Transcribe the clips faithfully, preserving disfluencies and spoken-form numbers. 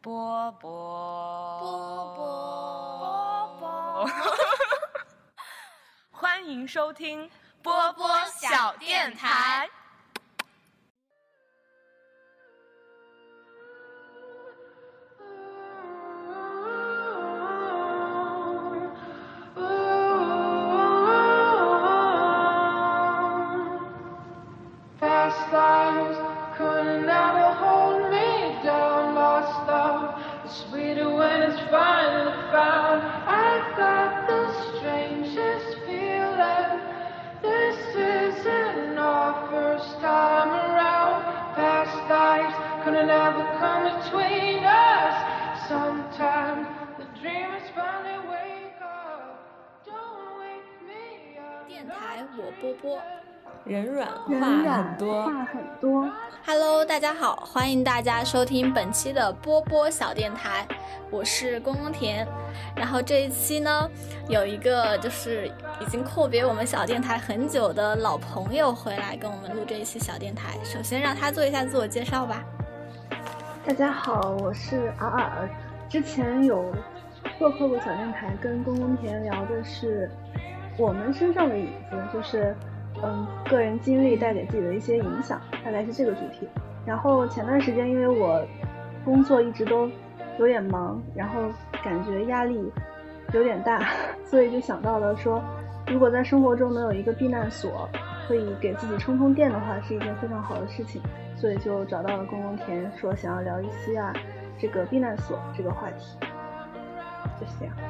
波波波波波，欢迎收听波波小电台。电台我波波， 人软话很多， 话很多。 Hello， 大家好，欢迎大家收听本期的波波小电台，我是公公田。然后这一期呢，有一个就是已经阔别我们小电台很久的老朋友回来跟我们录这一期小电台。首先让他做一下自我介绍吧。 大家好，我是尔尔。之前有做客过小电台，跟公公田聊的是我们身上的影子，就是嗯，个人经历带给自己的一些影响，大概是这个主题。然后前段时间因为我工作一直都有点忙，然后感觉压力有点大，所以就想到了说，如果在生活中能有一个避难所，可以给自己充充电的话，是一件非常好的事情。所以就找到了公公田，说想要聊一期啊这个避难所这个话题，就是这样。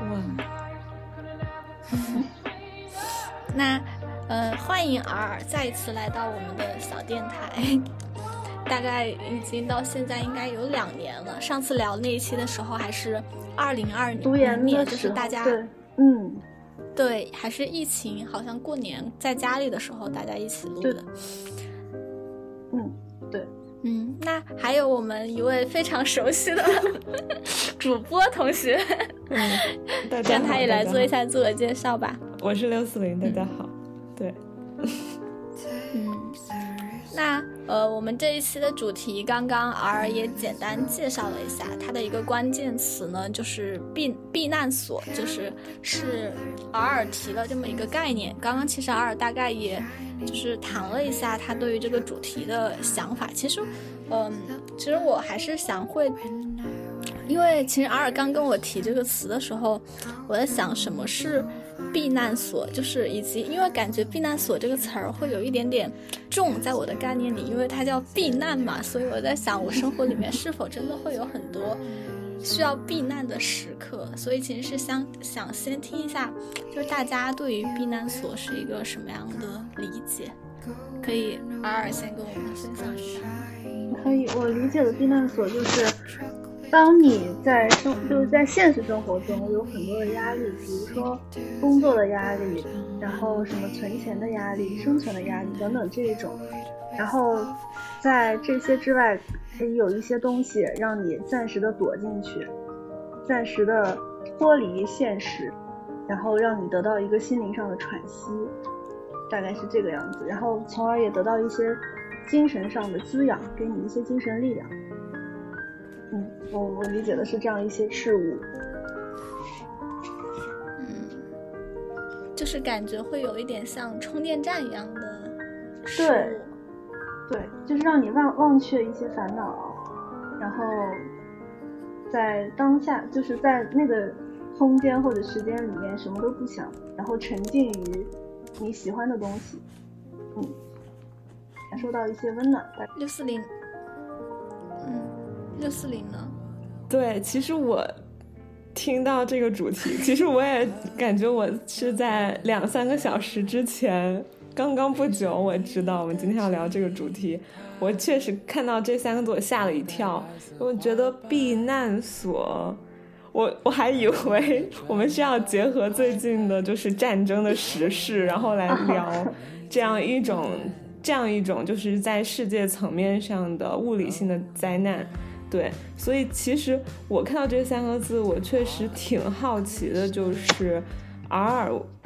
嗯。那呃，欢迎尔尔再一次来到我们的小电台，大概已经到现在应该有两年了。上次聊那一期的时候还是二零二读研年，就是大家对，嗯， 对，还是疫情，好像过年在家里的时候大家一起录的。 嗯，对， 嗯，那还有我们一位非常熟悉的主播同学， 嗯，大家好， 让他也来做一下自我介绍吧。 我是六四零，大家好。嗯、对， 嗯，那呃，我们这一期的主题刚刚尔也简单介绍了一下，它的一个关键词呢就是避避难所，就是是尔提了这么一个概念。刚刚其实尔大概也就是谈了一下他对于这个主题的想法。其实，嗯，其实我还是想会。因为其实阿尔刚跟我提这个词的时候，我在想什么是避难所，就是以及因为感觉避难所这个词儿会有一点点重在我的概念里，因为它叫避难嘛，所以我在想我生活里面是否真的会有很多需要避难的时刻，所以其实是想想先听一下，就是大家对于避难所是一个什么样的理解，可以阿尔先跟我们分享一下。 可以，我理解的避难所就是当你在生就是在现实生活中有很多的压力，比如说工作的压力，然后什么存钱的压力、生存的压力等等这一种，然后在这些之外有一些东西让你暂时的躲进去，暂时的脱离现实，然后让你得到一个心灵上的喘息，大概是这个样子，然后从而也得到一些精神上的滋养，给你一些精神力量。嗯，我我理解的是这样一些事物。 嗯，就是感觉会有一点像充电站一样的事物。 对，对，就是让你忘忘却一些烦恼，然后在当下，就是在那个空间或者时间里面什么都不想，然后沉浸于你喜欢的东西，嗯，感受到一些温暖。 六四零，嗯。六四零呢？ 对，其实我听到这个主题，其实我也感觉我是在两三个小时之前，刚刚不久我知道我们今天要聊这个主题，我确实看到这三个字我吓了一跳，我觉得避难所，我我还以为我们是要结合最近的就是战争的时事，然后来聊这样一种这样一种就是在世界层面上的物理性的灾难。对，所以其实我看到这三个字，我确实挺好奇的，就是尔尔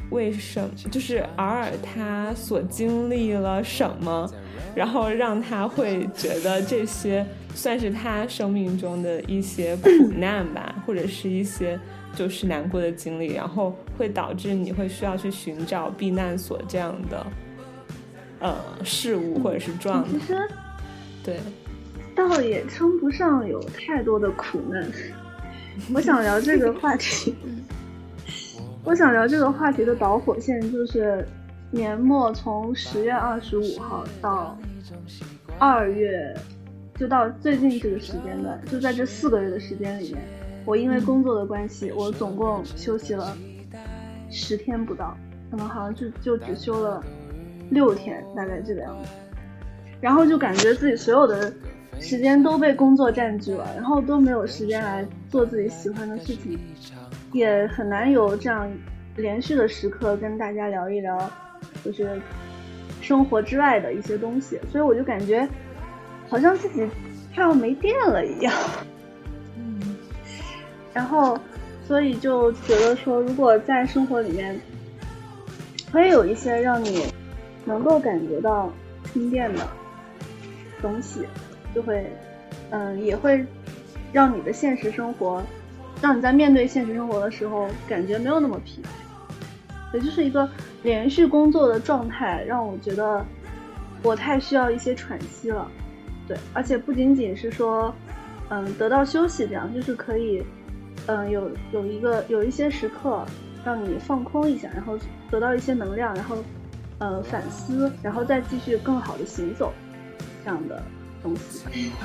为什么，就是尔尔他所经历了什么，然后让他会觉得这些算是他生命中的一些苦难吧，或者是一些就是难过的经历，然后会导致你会需要去寻找避难所这样的呃事物或者是状态。 其实对， 倒也称不上有太多的苦难。我想聊这个话题我想聊这个话题的导火线就是年末，从十月二十五号到二月，就到最近这个时间段，就在这四个月的时间里面，我因为工作的关系，我总共休息了十天不到，可能好像就就只休了六天，大概这个样子。然后就感觉自己所有的时间都被工作占据了，然后都没有时间来做自己喜欢的事情，也很难有这样连续的时刻跟大家聊一聊就是生活之外的一些东西，所以我就感觉好像自己快要没电了一样。嗯，然后所以就觉得说，如果在生活里面可以有一些让你能够感觉到充电的东西，就会嗯也会让你的现实生活，让你在面对现实生活的时候感觉没有那么疲惫。也就是一个连续工作的状态，让我觉得我太需要一些喘息了。对，而且不仅仅是说嗯得到休息这样，就是可以嗯有有一个有一些时刻让你放空一下，然后得到一些能量，然后呃反思，然后再继续更好的行走这样的东西。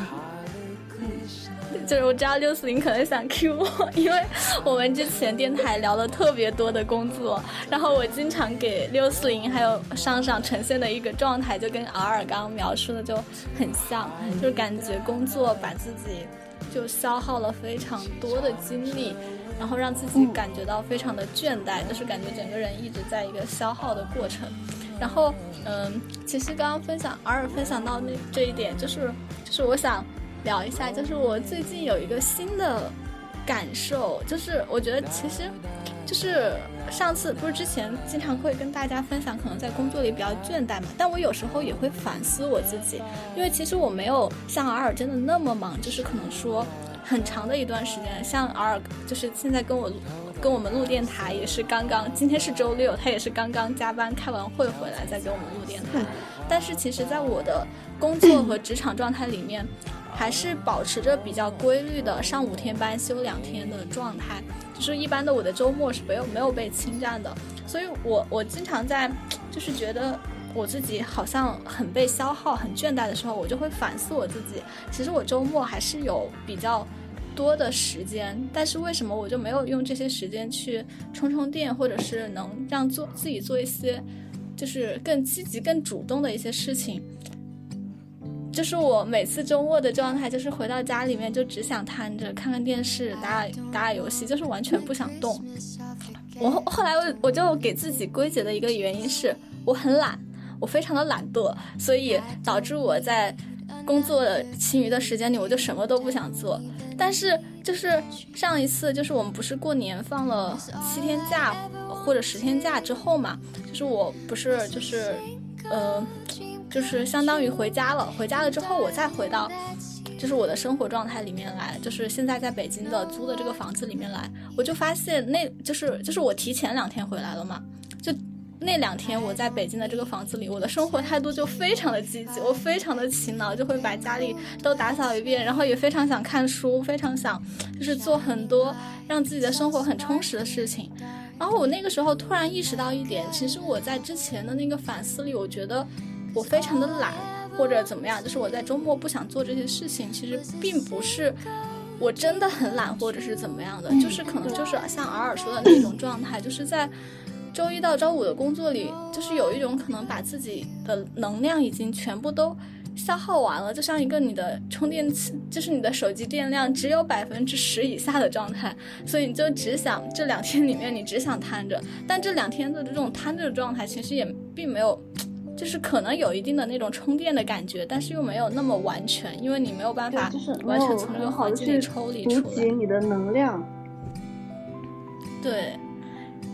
嗯，就是我知道六四零可能想 Q 我，因为我们之前电台聊了特别多的工作，然后我经常给六四零还有上上呈现的一个状态就跟尔尔刚刚描述的就很像，就是感觉工作把自己就消耗了非常多的精力，然后让自己感觉到非常的倦怠，就是感觉整个人一直在一个消耗的过程。然后嗯，其实刚刚分享尔尔分享到那这一点，就是就是我想聊一下，就是我最近有一个新的感受，就是我觉得其实就是上次不是之前经常会跟大家分享可能在工作里比较倦怠嘛，但我有时候也会反思我自己，因为其实我没有像尔尔真的那么忙，就是可能说很长的一段时间，像尔尔就是现在跟我跟我们录电台也是刚刚，今天是周六，他也是刚刚加班开完会回来再给我们录电台，但是其实在我的工作和职场状态里面还是保持着比较规律的上五天班休两天的状态，就是一般的我的周末是没有没有被侵占的，所以我我经常在就是觉得我自己好像很被消耗很倦怠的时候，我就会反思我自己，其实我周末还是有比较多的时间，但是为什么我就没有用这些时间去充充电，或者是能让做自己做一些就是更积极更主动的一些事情。就是我每次周末的状态就是回到家里面就只想瘫着看看电视打打打打游戏，就是完全不想动。我后来我我就给自己归结的一个原因是我很懒，我非常的懒惰，所以导致我在工作的其余的时间里我就什么都不想做。但是就是上一次就是我们不是过年放了七天假或者十天假之后嘛，就是我不是就是呃就是相当于回家了，回家了之后我再回到就是我的生活状态里面来，就是现在在北京的租的这个房子里面来，我就发现那就是就是我提前两天回来了嘛，就那两天我在北京的这个房子里，我的生活态度就非常的积极，我非常的勤劳，就会把家里都打扫一遍，然后也非常想看书，非常想就是做很多让自己的生活很充实的事情。然后我那个时候突然意识到一点，其实我在之前的那个反思里，我觉得我非常的懒或者怎么样，就是我在周末不想做这些事情，其实并不是我真的很懒或者是怎么样的，就是可能就是像尔尔说的那种状态，就是在周一到周五的工作里，就是有一种可能把自己的能量已经全部都消耗完了，就像一个你的充电器，就是你的手机电量只有百分之十以下的状态，所以你就只想这两天里面你只想瘫着，但这两天的这种瘫着的状态其实也并没有，就是可能有一定的那种充电的感觉，但是又没有那么完全，因为你没有办法完全从这个环境里抽离出来， 补给你的能量。 对，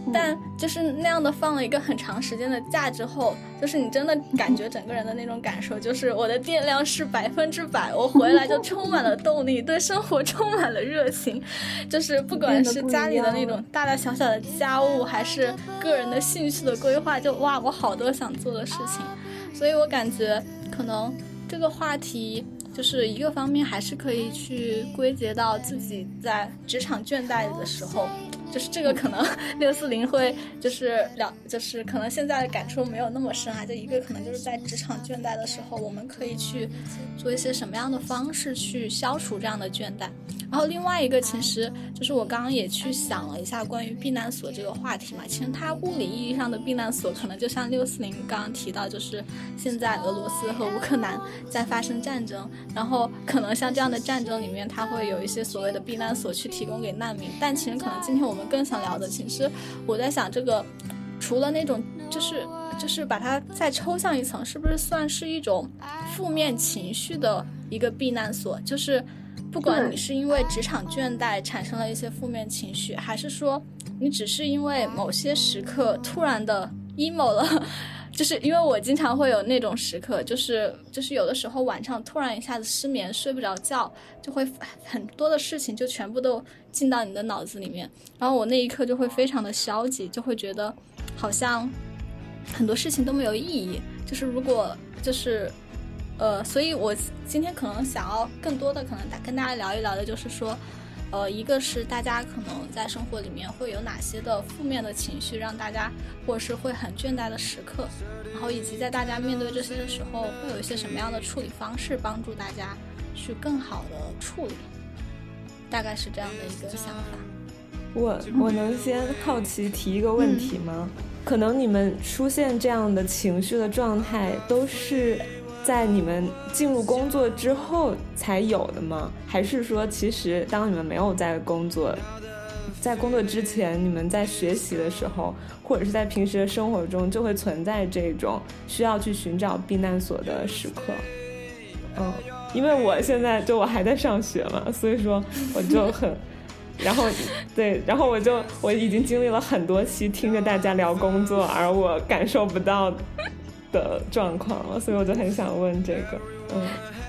但就是那样的放了一个很长时间的假之后，就是你真的感觉整个人的那种感受就是我的电量是百分之百，我回来就充满了动力，对生活充满了热情，就是不管是家里的那种大大小小的家务，还是个人的兴趣的规划，就哇我好多想做的事情。所以我感觉可能这个话题就是一个方面还是可以去归结到自己在职场倦怠的时候，就是这个可能六四零会就是了，就是可能现在的感触没有那么深啊。就一个可能就是在职场倦怠的时候，我们可以去做一些什么样的方式去消除这样的倦怠。然后另外一个其实就是我刚刚也去想了一下关于避难所这个话题嘛，其实它物理意义上的避难所可能就像六四零刚刚提到，就是现在俄罗斯和乌克兰在发生战争，然后可能像这样的战争里面它会有一些所谓的避难所去提供给难民。但其实可能今天我们更想聊的，其实我在想这个除了那种就是就是把它再抽象一层，是不是算是一种负面情绪的一个避难所，就是不管你是因为职场倦怠产生了一些负面情绪，还是说你只是因为某些时刻突然的 emo 了，就是因为我经常会有那种时刻，就是就是有的时候晚上突然一下子失眠睡不着觉，就会很多的事情就全部都进到你的脑子里面，然后我那一刻就会非常的消极，就会觉得好像很多事情都没有意义。就是如果就是呃，所以我今天可能想要更多的可能跟大家聊一聊的就是说，呃，一个是大家可能在生活里面会有哪些的负面的情绪让大家，或者是会很倦怠的时刻，然后以及在大家面对这些的时候会有一些什么样的处理方式帮助大家去更好的处理，大概是这样的一个想法。 我我能先好奇提一个问题吗？嗯、可能你们出现这样的情绪的状态都是在你们进入工作之后才有的吗？还是说其实当你们没有在工作，在工作之前你们在学习的时候，或者是在平时的生活中就会存在这种需要去寻找避难所的时刻？嗯，因为我现在就我还在上学嘛，所以说我就很然后对，然后我就我已经经历了很多期听着大家聊工作而我感受不到的状况了，所以我就很想问这个。嗯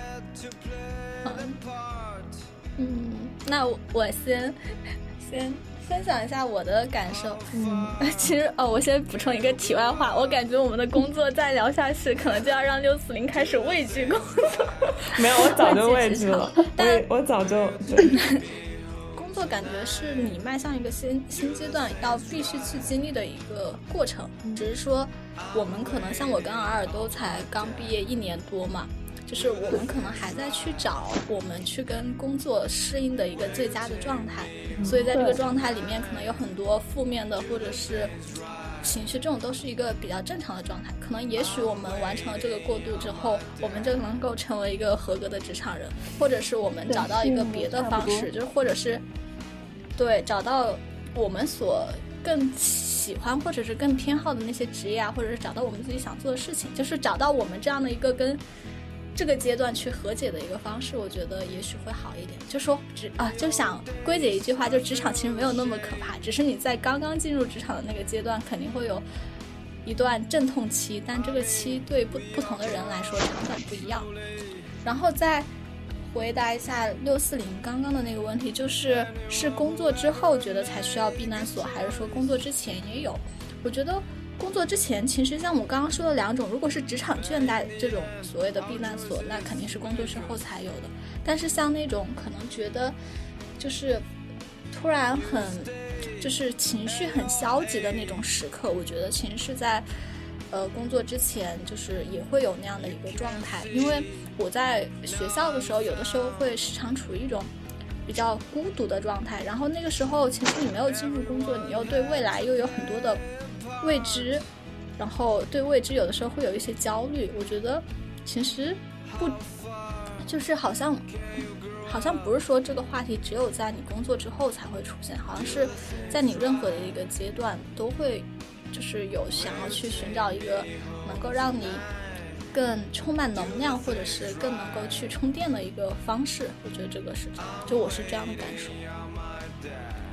嗯，那我先先分享一下我的感受。嗯，其实哦，我先补充一个题外话，我感觉我们的工作再聊下去，可能就要让六四零开始畏惧工作。 没有，我早就畏惧了，但我早就。 工作感觉是你迈向一个新新阶段要必须去经历的一个过程，只是说我们可能像我跟尔尔都才刚毕业一年多嘛，就是我们可能还在去找我们去跟工作适应的一个最佳的状态，所以在这个状态里面可能有很多负面的或者是情绪，这种都是一个比较正常的状态。可能也许我们完成了这个过渡之后，我们就能够成为一个合格的职场人，或者是我们找到一个别的方式，就是或者是对找到我们所更喜欢或者是更偏好的那些职业啊，或者是找到我们自己想做的事情，就是找到我们这样的一个跟这个阶段去和解的一个方式，我觉得也许会好一点。就说职啊，就想归结一句话，就职场其实没有那么可怕，只是你在刚刚进入职场的那个阶段肯定会有一段阵痛期，但这个期对不不同的人来说长短不一样。然后再回答一下六四零刚刚的那个问题，就是是工作之后觉得才需要避难所，还是说工作之前也有？我觉得工作之前其实像我刚刚说的两种，如果是职场倦怠这种所谓的避难所，那肯定是工作之后才有的。但是像那种可能觉得就是突然很就是情绪很消极的那种时刻，我觉得其实是在呃工作之前就是也会有那样的一个状态。因为我在学校的时候有的时候会时常处于一种比较孤独的状态，然后那个时候其实你没有进入工作，你又对未来又有很多的未知，然后对未知有的时候会有一些焦虑。我觉得其实不就是好像好像不是说这个话题只有在你工作之后才会出现，好像是在你任何的一个阶段都会就是有想要去寻找一个能够让你更充满能量或者是更能够去充电的一个方式。我觉得这个是就我是这样的感受。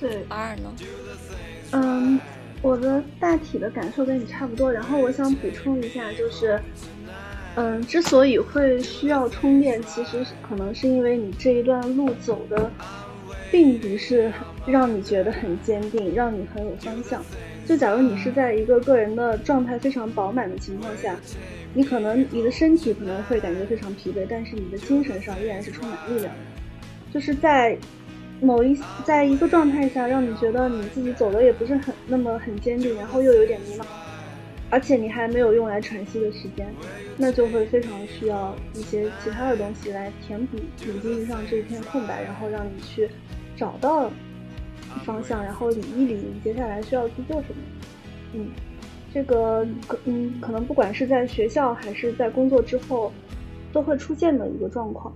对， 阿尔呢？ 嗯，我的大体的感受跟你差不多，然后我想补充一下，就是嗯，之所以会需要充电，其实可能是因为你这一段路走的并不是让你觉得很坚定，让你很有方向。就假如你是在一个个人的状态非常饱满的情况下，你可能你的身体可能会感觉非常疲惫，但是你的精神上依然是充满力量的。就是在某一在一个状态下，让你觉得你自己走的也不是很那么很坚定，然后又有点迷茫，而且你还没有用来喘息的时间，那就会非常需要一些其他的东西来填补你精神上这一片空白，然后让你去找到方向，然后理一理你接下来需要去做什么。嗯，这个可嗯可能不管是在学校还是在工作之后，都会出现的一个状况。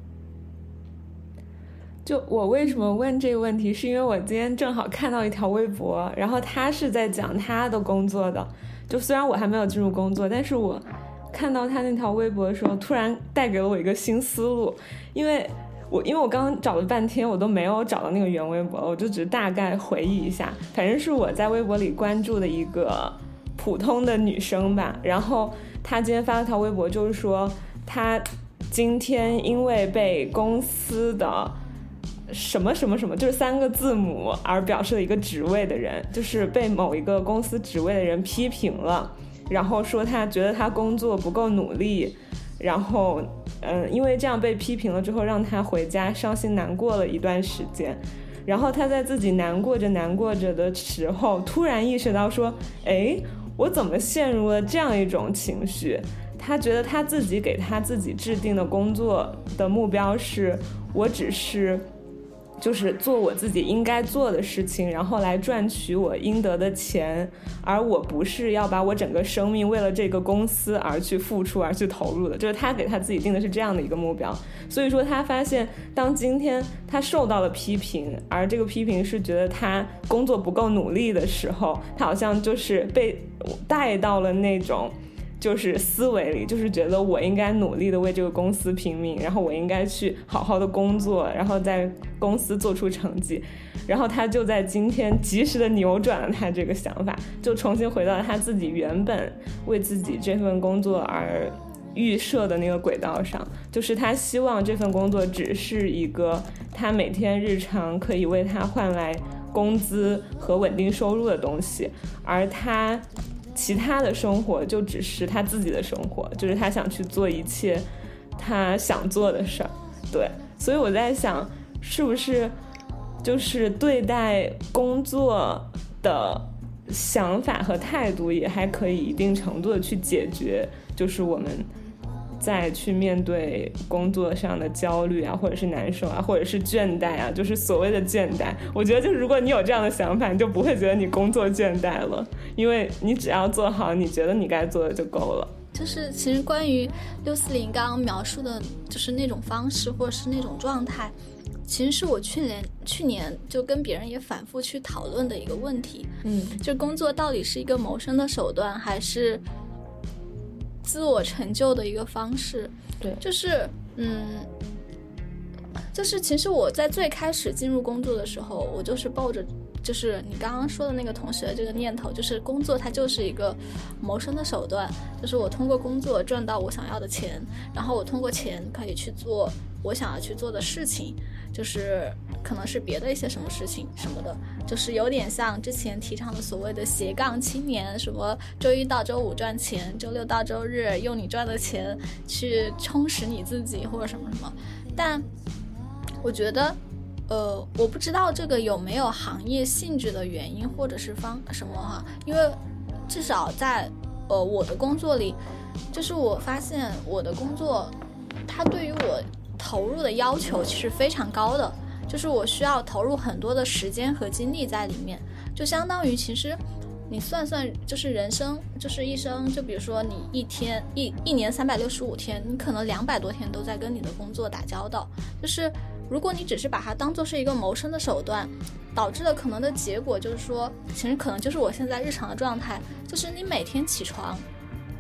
就我为什么问这个问题，是因为我今天正好看到一条微博，然后他是在讲他的工作的。就虽然我还没有进入工作，但是我看到他那条微博的时候，突然带给了我一个新思路。因为我因为我刚刚找了半天，我都没有找到那个原微博，我就只是大概回忆一下。反正是我在微博里关注的一个普通的女生吧，然后她今天发了条微博，就是说她今天因为被公司的什么什么什么，就是三个字母而表示了一个职位的人，就是被某一个公司职位的人批评了，然后说他觉得他工作不够努力，然后嗯，因为这样被批评了之后，让他回家伤心难过了一段时间。然后他在自己难过着难过着的时候，突然意识到说，哎，我怎么陷入了这样一种情绪？他觉得他自己给他自己制定的工作的目标是，我只是就是做我自己应该做的事情，然后来赚取我应得的钱，而我不是要把我整个生命为了这个公司而去付出而去投入的。就是他给他自己定的是这样的一个目标。所以说他发现当今天他受到了批评，而这个批评是觉得他工作不够努力的时候，他好像就是被带到了那种就是思维里，就是觉得我应该努力的为这个公司拼命，然后我应该去好好的工作，然后在公司做出成绩。然后他就在今天及时的扭转了他这个想法，就重新回到他自己原本为自己这份工作而预设的那个轨道上，就是他希望这份工作只是一个他每天日常可以为他换来工资和稳定收入的东西，而他其他的生活就只是他自己的生活，就是他想去做一切他想做的事儿。对，所以我在想，是不是就是对待工作的想法和态度也还可以一定程度的去解决，就是我们再去面对工作上的焦虑啊，或者是难受啊，或者是倦怠啊，就是所谓的倦怠。我觉得就是如果你有这样的想法，你就不会觉得你工作倦怠了，因为你只要做好你觉得你该做的就够了。 就是其实关于六四零刚刚描述的就是那种方式或者是那种状态，其实是我去年去年就跟别人也反复去讨论的一个问题。 嗯， 就工作到底是一个谋生的手段，还是自我成就的一个方式？ 对， 就是嗯，就是其实我在最开始进入工作的时候，我就是抱着就是你刚刚说的那个同学的这个念头，就是工作它就是一个谋生的手段，就是我通过工作赚到我想要的钱，然后我通过钱可以去做我想要去做的事情，就是可能是别的一些什么事情什么的，就是有点像之前提倡的所谓的斜杠青年，什么周一到周五赚钱，周六到周日用你赚的钱去充实你自己或者什么什么。但我觉得呃，我不知道这个有没有行业性质的原因或者是方什么哈，因为至少在呃我的工作里，就是我发现我的工作它对于我投入的要求其实非常高的，就是我需要投入很多的时间和精力在里面，就相当于其实你算算就是人生就是一生，就比如说你一天一一年三百六十五天，你可能两百多天都在跟你的工作打交道，就是如果你只是把它当作是一个谋生的手段，导致的可能的结果就是说，其实可能就是我现在日常的状态，就是你每天起床，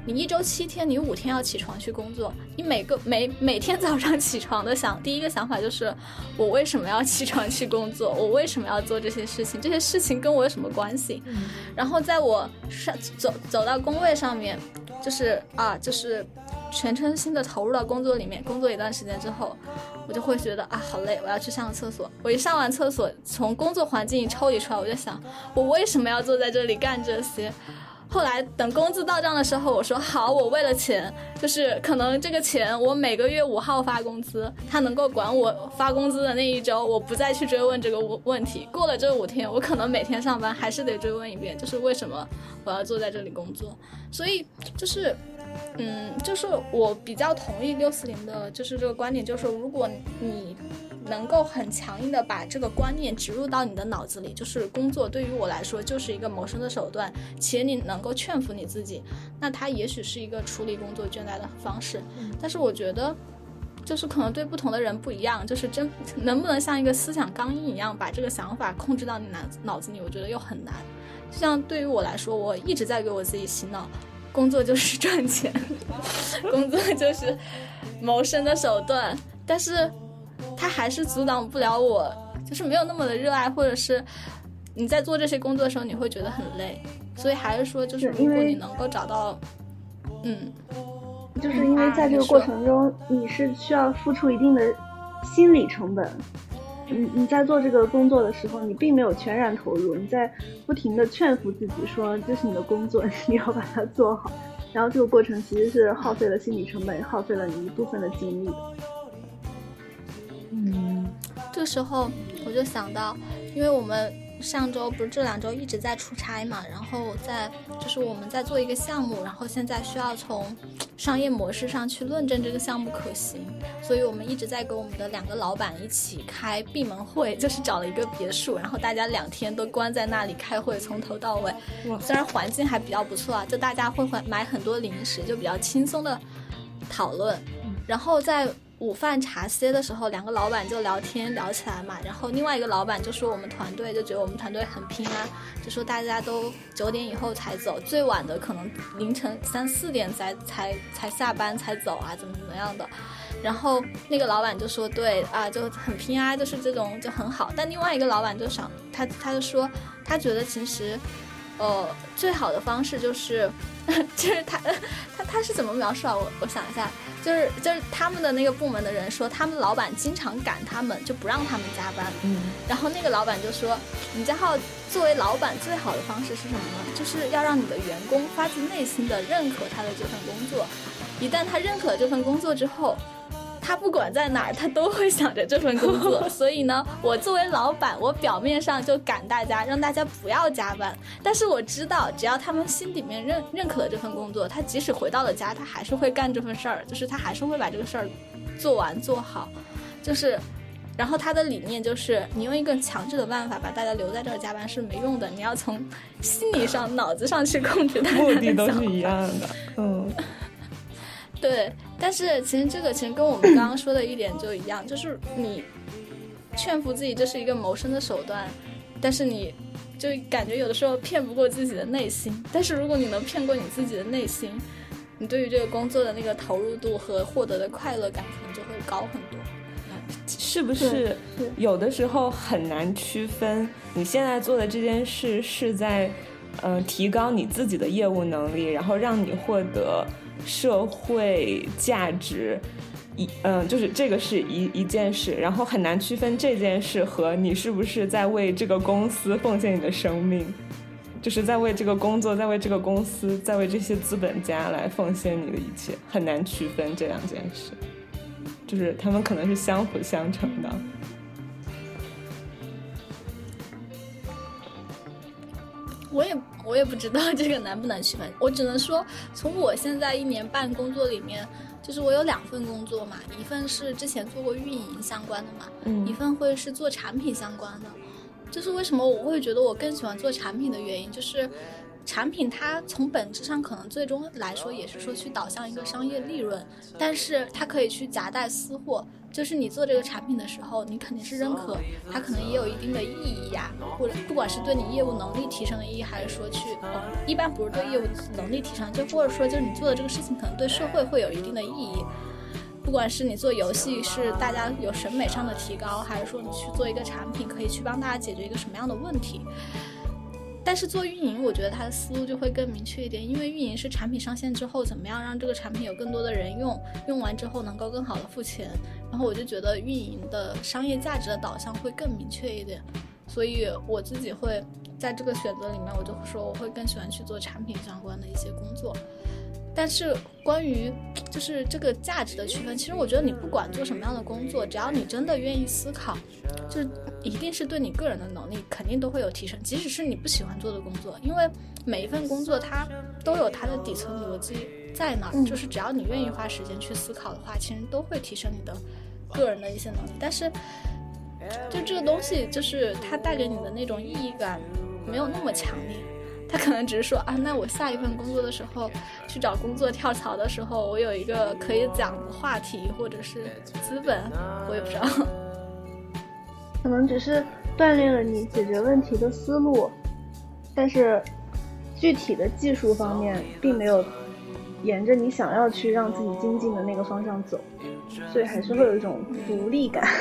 你一周七天，你五天要起床去工作，你每个每每天早上起床的想第一个想法就是我为什么要起床去工作，我为什么要做这些事情，这些事情跟我有什么关系、嗯、然后在我上走走到工位上面，就是啊就是全身心的投入到工作里面，工作一段时间之后，我就会觉得啊好累，我要去上个厕所。我一上完厕所，从工作环境一抽离出来，我就想我为什么要坐在这里干这些。后来等工资到账的时候，我说好，我为了钱，就是可能这个钱我每个月五号发工资，他能够管我发工资的那一周，我不再去追问这个问题。过了这五天，我可能每天上班还是得追问一遍，就是为什么我要坐在这里工作。所以就是嗯，就是我比较同意六四零的就是这个观点，就是如果你能够很强硬的把这个观念植入到你的脑子里，就是工作对于我来说就是一个谋生的手段，且你能够劝服你自己，那它也许是一个处理工作倦怠的方式。但是我觉得就是可能对不同的人不一样，就是真能不能像一个思想钢印一样把这个想法控制到你脑子里，我觉得又很难。就像对于我来说，我一直在给我自己洗脑，工作就是赚钱，工作就是谋生的手段，但是它还是阻挡不了我，就是没有那么的热爱，或者是你在做这些工作的时候你会觉得很累。所以还是说就是如果你能够找到嗯， 就是因为在这个过程中、嗯、你是需要付出一定的心理成本，你你在做这个工作的时候你并没有全然投入，你在不停的劝服自己说这是你的工作，你要把它做好，然后这个过程其实是耗费了心理成本，耗费了你一部分的精力的。 嗯，这时候我就想到，因为我们上周不是这两周一直在出差嘛，然后在就是我们在做一个项目，然后现在需要从商业模式上去论证这个项目可行，所以我们一直在跟我们的两个老板一起开闭门会，就是找了一个别墅，然后大家两天都关在那里开会，从头到尾。虽然环境还比较不错啊，就大家会买很多零食，就比较轻松的讨论。然后在午饭茶歇的时候，两个老板就聊天聊起来嘛，然后另外一个老板就说我们团队就觉得我们团队很拼啊，就说大家都九点以后才走，最晚的可能凌晨三四点才才才下班才走啊，怎么怎么样的。然后那个老板就说对啊，就很拼啊，就是这种就很好。但另外一个老板就想他他就说他觉得其实呃最好的方式就是就是他他他是怎么描述啊？我我想一下，就是就是他们的那个部门的人说，他们老板经常赶他们，就不让他们加班。嗯，然后那个老板就说，你知道作为老板最好的方式是什么呢？就是要让你的员工发自内心的认可他的这份工作，一旦他认可这份工作之后，他不管在哪儿他都会想着这份工作。所以呢，我作为老板，我表面上就赶大家，让大家不要加班，但是我知道只要他们心里面认认可了这份工作，他即使回到了家他还是会干这份事儿，就是他还是会把这个事儿做完做好。就是然后他的理念就是你用一个强制的办法把大家留在这儿加班是没用的，你要从心理上脑子上去控制大家的目的都是一样的。嗯， 对，但是其实这个其实跟我们刚刚说的一点就一样，就是你劝服自己这是一个谋生的手段，但是你就感觉有的时候骗不过自己的内心。但是如果你能骗过你自己的内心，你对于这个工作的那个投入度和获得的快乐感可能就会高很多。 是不是有的时候很难区分你现在做的这件事是在呃提高你自己的业务能力，然后让你获得社会价值，一嗯、呃，就是这个是一一件事，然后很难区分这件事和你是不是在为这个公司奉献你的生命，就是在为这个工作，在为这个公司，在为这些资本家来奉献你的一切，很难区分这两件事，就是他们可能是相辅相成的。 我也我也不知道这个难不难区分，我只能说从我现在一年半工作里面，就是我有两份工作嘛，一份是之前做过运营相关的嘛，嗯，一份会是做产品相关的。就是为什么我会觉得我更喜欢做产品的原因，就是产品它从本质上可能最终来说也是说去导向一个商业利润，但是它可以去夹带私货， 就是你做这个产品的时候，你肯定是认可它可能也有一定的意义呀、啊，或者不管是对你业务能力提升的意义，还是说去、哦、一般不是对业务能力提升，就或者说就是你做的这个事情可能对社会会有一定的意义。不管是你做游戏是大家有审美上的提高，还是说你去做一个产品可以去帮大家解决一个什么样的问题。但是做运营我觉得它的思路就会更明确一点，因为运营是产品上线之后怎么样让这个产品有更多的人用，用完之后能够更好的付钱，然后我就觉得运营的商业价值的导向会更明确一点。所以我自己会在这个选择里面，我就说我会更喜欢去做产品相关的一些工作。但是关于就是这个价值的区分，其实我觉得你不管做什么样的工作，只要你真的愿意思考，就一定是对你个人的能力肯定都会有提升，即使是你不喜欢做的工作，因为每一份工作它都有它的底层逻辑在那儿、嗯、就是只要你愿意花时间去思考的话，其实都会提升你的个人的一些能力。但是就这个东西就是它带给你的那种意义感没有那么强烈，他可能只是说啊，那我下一份工作的时候去找工作跳槽的时候，我有一个可以讲的话题或者是资本，我也不知道， 可能只是锻炼了你解决问题的思路，但是具体的技术方面并没有沿着你想要去让自己精进的那个方向走，所以还是会有一种无力感。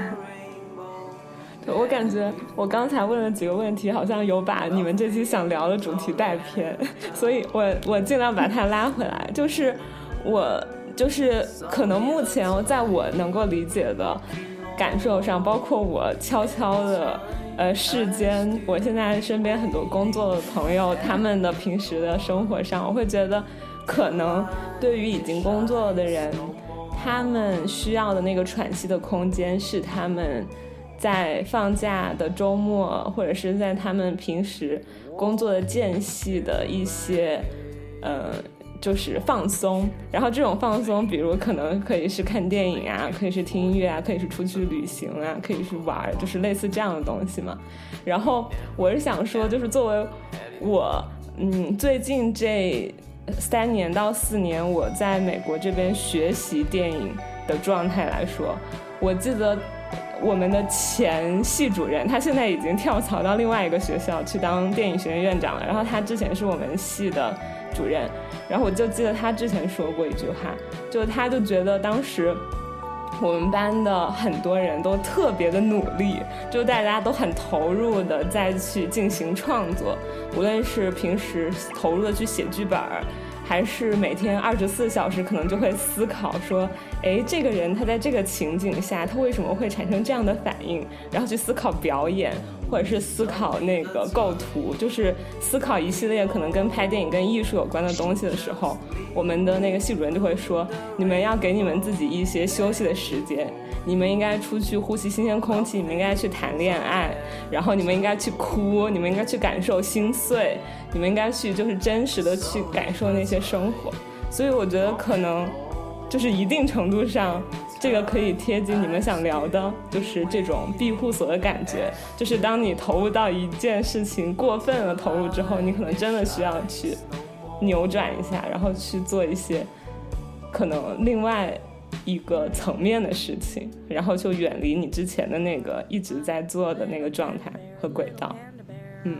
我感觉我刚才问了几个问题好像有把你们这期想聊的主题带偏，所以我我尽量把它拉回来。就是我就是可能目前在我能够理解的感受上，包括我悄悄的呃世间，我现在身边很多工作的朋友他们的平时的生活上，我会觉得可能对于已经工作的人，他们需要的那个喘息的空间是他们在放假的周末，或者是在他们平时工作的间隙的一些呃就是放松。然后这种放松比如可能可以是看电影啊，可以是听音乐啊，可以是出去旅行啊，可以是玩，就是类似这样的东西嘛。然后我是想说，就是作为我嗯最近这三年到四年我在美国这边学习电影的状态来说，我记得我们的前系主任他现在已经跳槽到另外一个学校去当电影学院院长了，然后他之前是我们系的主任，然后我就记得他之前说过一句话，就他就觉得当时我们班的很多人都特别的努力，就大家都很投入的再去进行创作，无论是平时投入的去写剧本，还是每天二十四小时可能就会思考说，哎，这个人他在这个情景下他为什么会产生这样的反应，然后去思考表演，或者是思考那个构图，就是思考一系列可能跟拍电影跟艺术有关的东西的时候，我们的那个系主任就会说，你们要给你们自己一些休息的时间，你们应该出去呼吸新鲜空气，你们应该去谈恋爱，然后你们应该去哭，你们应该去感受心碎，你们应该去就是真实的去感受那些生活。所以我觉得可能就是一定程度上这个可以贴近你们想聊的，就是这种庇护所的感觉，就是当你投入到一件事情过分了投入之后，你可能真的需要去扭转一下，然后去做一些可能另外一个层面的事情，然后就远离你之前的那个一直在做的那个状态和轨道。嗯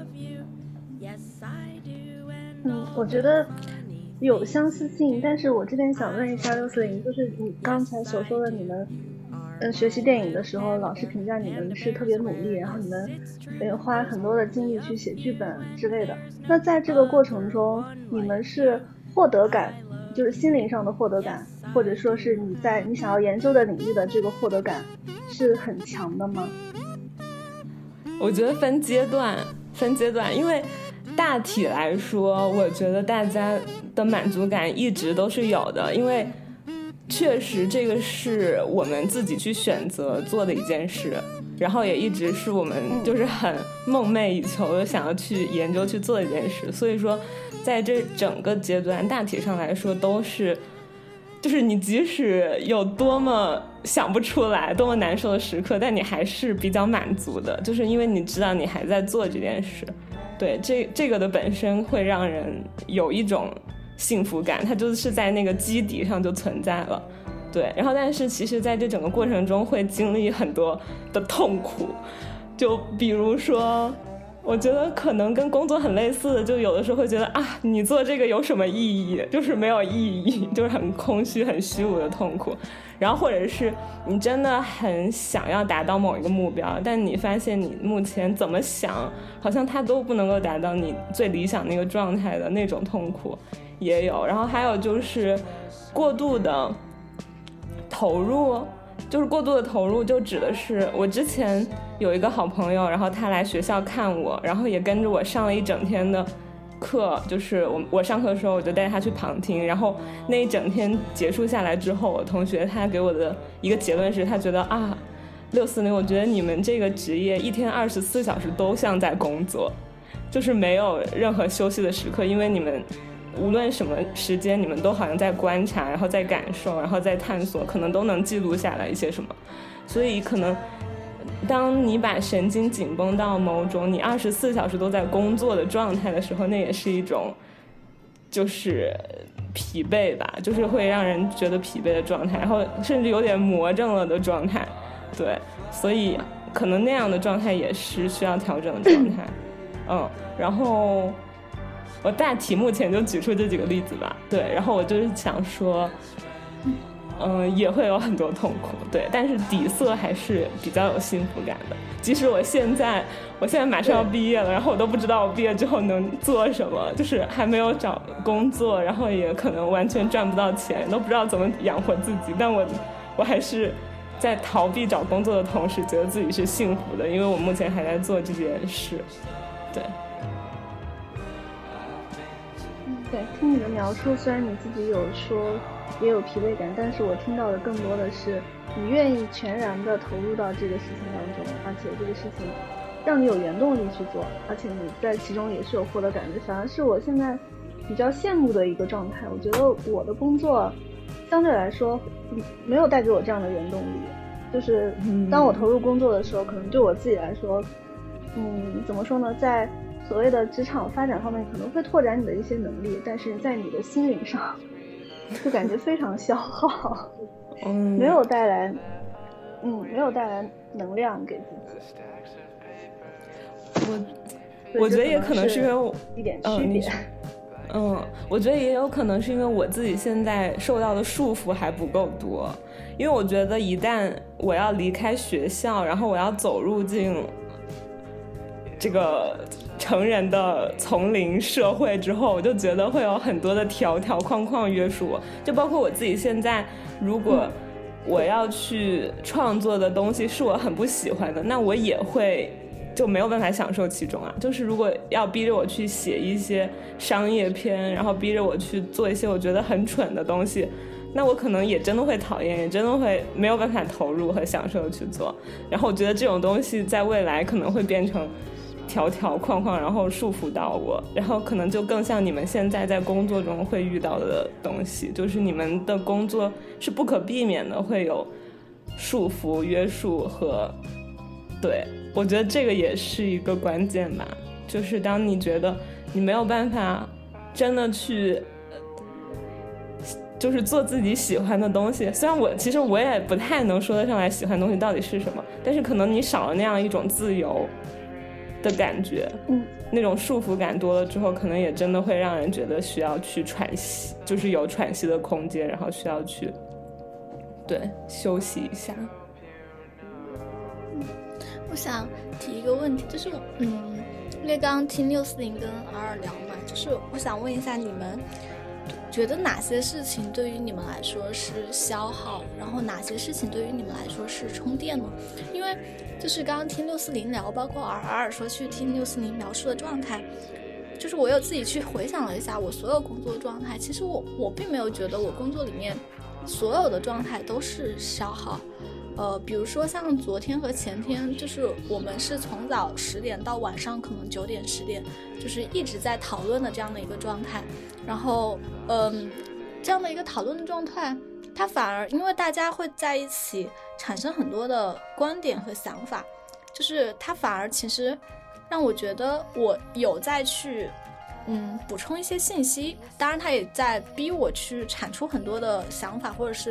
嗯，我觉得有相似性，但是我这边想问一下六四零，就是你刚才所说的你们嗯学习电影的时候，老师评价你们是特别努力，然后你们嗯花很多的精力去写剧本之类的，那在这个过程中你们是获得感，就是心灵上的获得感，或者说是你在你想要研究的领域的这个获得感是很强的吗？ 我觉得分阶段分阶段，因为大体来说我觉得大家的满足感一直都是有的，因为确实这个是我们自己去选择做的一件事，然后也一直是我们就是很梦寐以求的想要去研究去做的一件事，所以说在这整个阶段大体上来说都是就是你即使有多么想不出来多么难受的时刻，但你还是比较满足的，就是因为你知道你还在做这件事。对，这这个的本身会让人有一种幸福感，它就是在那个基底上就存在了。 对，然后但是其实在这整个过程中会经历很多的痛苦，就比如说我觉得可能跟工作很类似的，就有的时候会觉得啊，你做这个有什么意义，就是没有意义，就是很空虚很虚无的痛苦。然后或者是你真的很想要达到某一个目标，但你发现你目前怎么想好像它都不能够达到你最理想那个状态的那种痛苦也有。然后还有就是过度的投入，就是过度的投入就指的是我之前有一个好朋友，然后他来学校看我，然后也跟着我上了一整天的课，就是我我上课的时候我就带他去旁听，然后那一整天结束下来之后，我同学他给我的一个结论是他觉得啊，六四零我觉得你们这个职业一天二十四小时都像在工作，就是没有任何休息的时刻，因为你们无论什么时间你们都好像在观察，然后在感受，然后在探索，可能都能记录下来一些什么。所以可能当你把神经紧绷到某种你二十四小时都在工作的状态的时候，那也是一种就是疲惫吧，就是会让人觉得疲惫的状态，然后甚至有点魔怔了的状态。对，所以可能那样的状态也是需要调整的状态。嗯，然后我大体目前就举出这几个例子吧。对，然后我就是想说嗯，也会有很多痛苦，对，但是底色还是比较有幸福感的。即使我现在我现在马上要毕业了，然后我都不知道我毕业之后能做什么，就是还没有找工作，然后也可能完全赚不到钱，都不知道怎么养活自己，但我我还是在逃避找工作的同时觉得自己是幸福的，因为我目前还在做这件事。对对，听你的描述，虽然你自己有说也有疲惫感，但是我听到的更多的是你愿意全然的投入到这个事情当中，而且这个事情让你有原动力去做，而且你在其中也是有获得感的，反而是我现在比较羡慕的一个状态。我觉得我的工作相对来说没有带给我这样的原动力，就是当我投入工作的时候，可能对我自己来说，嗯，怎么说呢，在所谓的职场发展方面可能会拓展你的一些能力，但是在你的心灵上就感觉非常消耗，嗯，没有带来，嗯，没有带来能量给自己。 我我觉得也可能是因为我一点区别。 嗯，嗯，我觉得也有可能是因为我自己现在受到的束缚还不够多，因为我觉得一旦我要离开学校，然后我要走入进这个成人的丛林社会之后，我就觉得会有很多的条条框框约束我，就包括我自己现在如果我要去创作的东西是我很不喜欢的，那我也会就没有办法享受其中啊。就是如果要逼着我去写一些商业片，然后逼着我去做一些我觉得很蠢的东西，那我可能也真的会讨厌，也真的会没有办法投入和享受的去做。然后我觉得这种东西在未来可能会变成条条框框，然后束缚到我，然后可能就更像你们现在在工作中会遇到的东西，就是你们的工作是不可避免的会有束缚约束和，对，我觉得这个也是一个关键吧，就是当你觉得你没有办法真的去就是做自己喜欢的东西，虽然我其实我也不太能说得上来喜欢的东西到底是什么，但是可能你少了那样一种自由的感觉，嗯，那种束缚感多了之后，可能也真的会让人觉得需要去喘息，就是有喘息的空间，然后需要去对休息一下。 我想提一个问题，就是嗯，因为刚刚听六四零跟 R 二聊嘛，就是我想问一下，你们觉得哪些事情对于你们来说是消耗，然后哪些事情对于你们来说是充电呢？因为就是刚刚听六四零聊，包括 R 二说去听六四零描述的状态，就是我有自己去回想了一下我所有工作状态，其实我我并没有觉得我工作里面所有的状态都是消耗。呃，比如说像昨天和前天，就是我们是从早十点到晚上可能九点十点，就是一直在讨论的这样的一个状态。然后，嗯，这样的一个讨论的状态，它反而因为大家会在一起产生很多的观点和想法，就是它反而其实让我觉得我有在去嗯补充一些信息，当然它也在逼我去产出很多的想法，或者是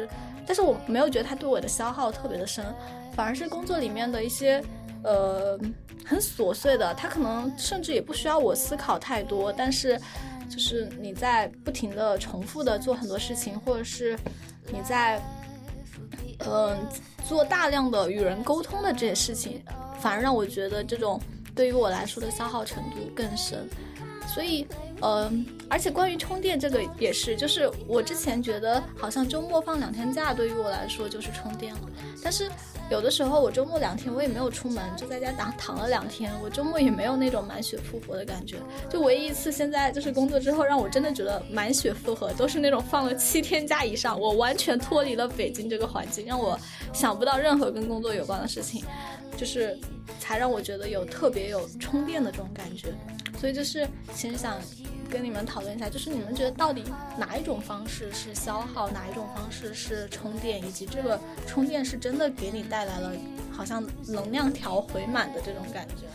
但是我没有觉得它对我的消耗特别的深，反而是工作里面的一些呃很琐碎的，它可能甚至也不需要我思考太多，但是就是你在不停的重复的做很多事情，或者是你在嗯、呃、做大量的与人沟通的这些事情，反而让我觉得这种对于我来说的消耗程度更深。所以呃，而且关于充电这个也是，就是我之前觉得好像周末放两天假对于我来说就是充电了，但是有的时候我周末两天我也没有出门，就在家躺躺了两天，我周末也没有那种满血复活的感觉。就唯一一次现在就是工作之后让我真的觉得满血复活，都是那种放了七天假以上，我完全脱离了北京这个环境，让我想不到任何跟工作有关的事情，就是才让我觉得有特别有充电的这种感觉。所以就是其实想跟你们讨论一下，就是你们觉得到底哪一种方式是消耗，哪一种方式是充电，以及这个充电是真的给你带来了好像能量条回满的这种感觉。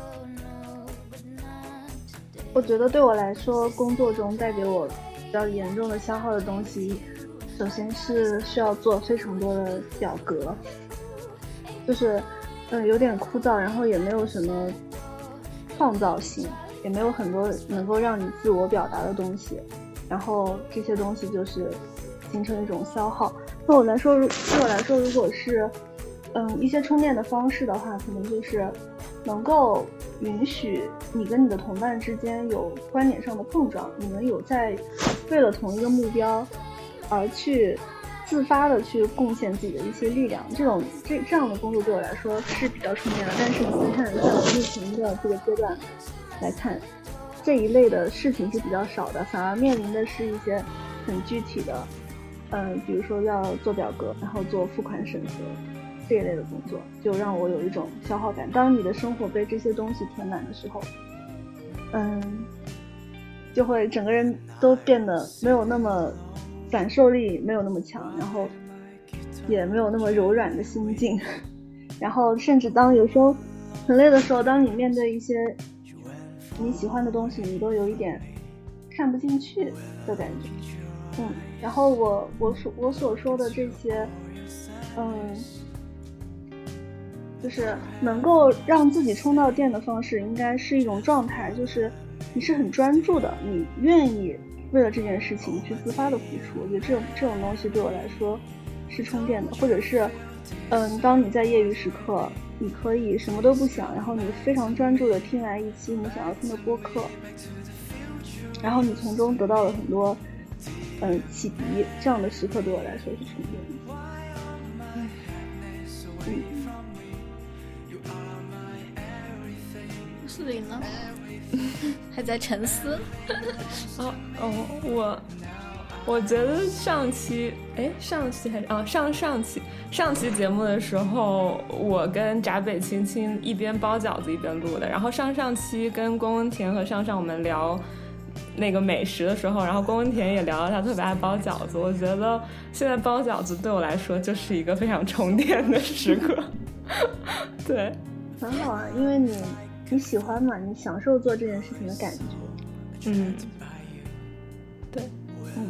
我觉得对我来说，工作中带给我比较严重的消耗的东西，首先是需要做非常多的表格，就是嗯有点枯燥，然后也没有什么创造性，也没有很多能够让你自我表达的东西，然后这些东西就是形成一种消耗。对我来说，对我来说，如果是嗯一些充电的方式的话，可能就是能够允许你跟你的同伴之间有观点上的碰撞，你们有在为了同一个目标而去自发的去贡献自己的一些力量，这种这这样的工作对我来说是比较充电的。但是你看，在我目前的这个阶段来看，这一类的事情是比较少的，反而面临的是一些很具体的，嗯、呃，比如说要做表格，然后做付款审核这一类的工作，就让我有一种消耗感。当你的生活被这些东西填满的时候，嗯，就会整个人都变得没有那么感受力，没有那么强，然后也没有那么柔软的心境，然后甚至当有时候很累的时候，当你面对一些你喜欢的东西，你都有一点看不进去的感觉。嗯，然后我我所我所说的这些，嗯，就是能够让自己充到电的方式，应该是一种状态，就是你是很专注的，你愿意为了这件事情去自发的付出。我觉得这种这种东西对我来说是充电的，或者是，嗯，当你在业余时刻，你可以什么都不想，然后你非常专注的听完一期你想要听的播客，然后你从中得到了很多，嗯，启迪。这样的时刻对我来说是充电的。嗯。 是你呢？还在沉思。 哦哦，我我觉得上期哎上期还是啊上上期上期节目的时候，我跟闸北青青一边包饺子一边录的。然后上上期跟龚文田和上上我们聊那个美食的时候，然后龚文田也聊了他特别爱包饺子。我觉得现在包饺子对我来说就是一个非常充电的时刻。对， 很好啊，因为你你喜欢嘛，你享受做这件事情的感觉。 嗯，对， 嗯。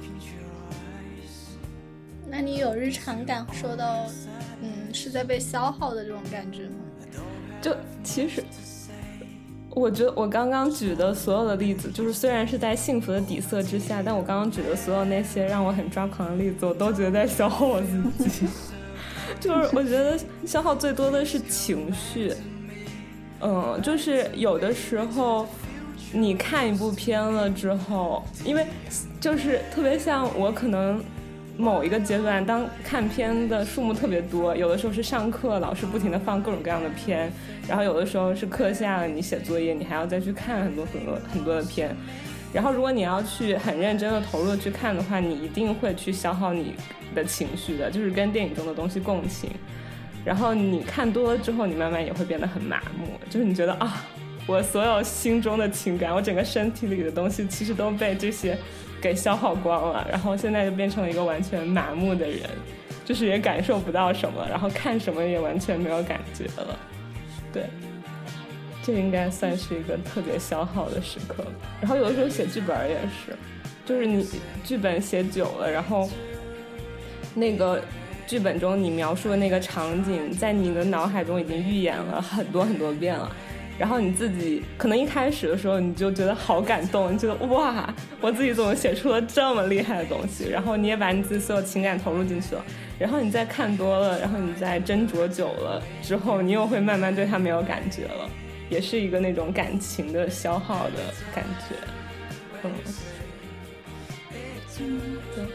那你有日常感受到，嗯，是在被消耗的这种感觉吗？ 就其实，我觉得我刚刚举的所有的例子，就是虽然是在幸福的底色之下，但我刚刚举的所有那些让我很抓狂的例子，我都觉得在消耗我自己。就是我觉得消耗最多的是情绪。嗯，就是有的时候你看一部片了之后，因为就是特别像我可能某一个阶段，当看片的数目特别多，有的时候是上课老师不停地放各种各样的片，然后有的时候是课下你写作业，你还要再去看很多很多很多的片，然后如果你要去很认真的投入去看的话，你一定会去消耗你的情绪的，就是跟电影中的东西共情。然后你看多了之后，你慢慢也会变得很麻木，就是你觉得啊，我所有心中的情感，我整个身体里的东西其实都被这些给消耗光了，然后现在就变成了一个完全麻木的人，就是也感受不到什么，然后看什么也完全没有感觉了。对，这应该算是一个特别消耗的时刻。然后有的时候写剧本也是，就是你剧本写久了，然后那个剧本中你描述的那个场景在你的脑海中已经预演了很多很多遍了，然后你自己可能一开始的时候你就觉得好感动，你觉得哇我自己怎么写出了这么厉害的东西，然后你也把你自己所有情感投入进去了，然后你再看多了，然后你再斟酌久了之后，你又会慢慢对它没有感觉了，也是一个那种感情的消耗的感觉。嗯嗯，对。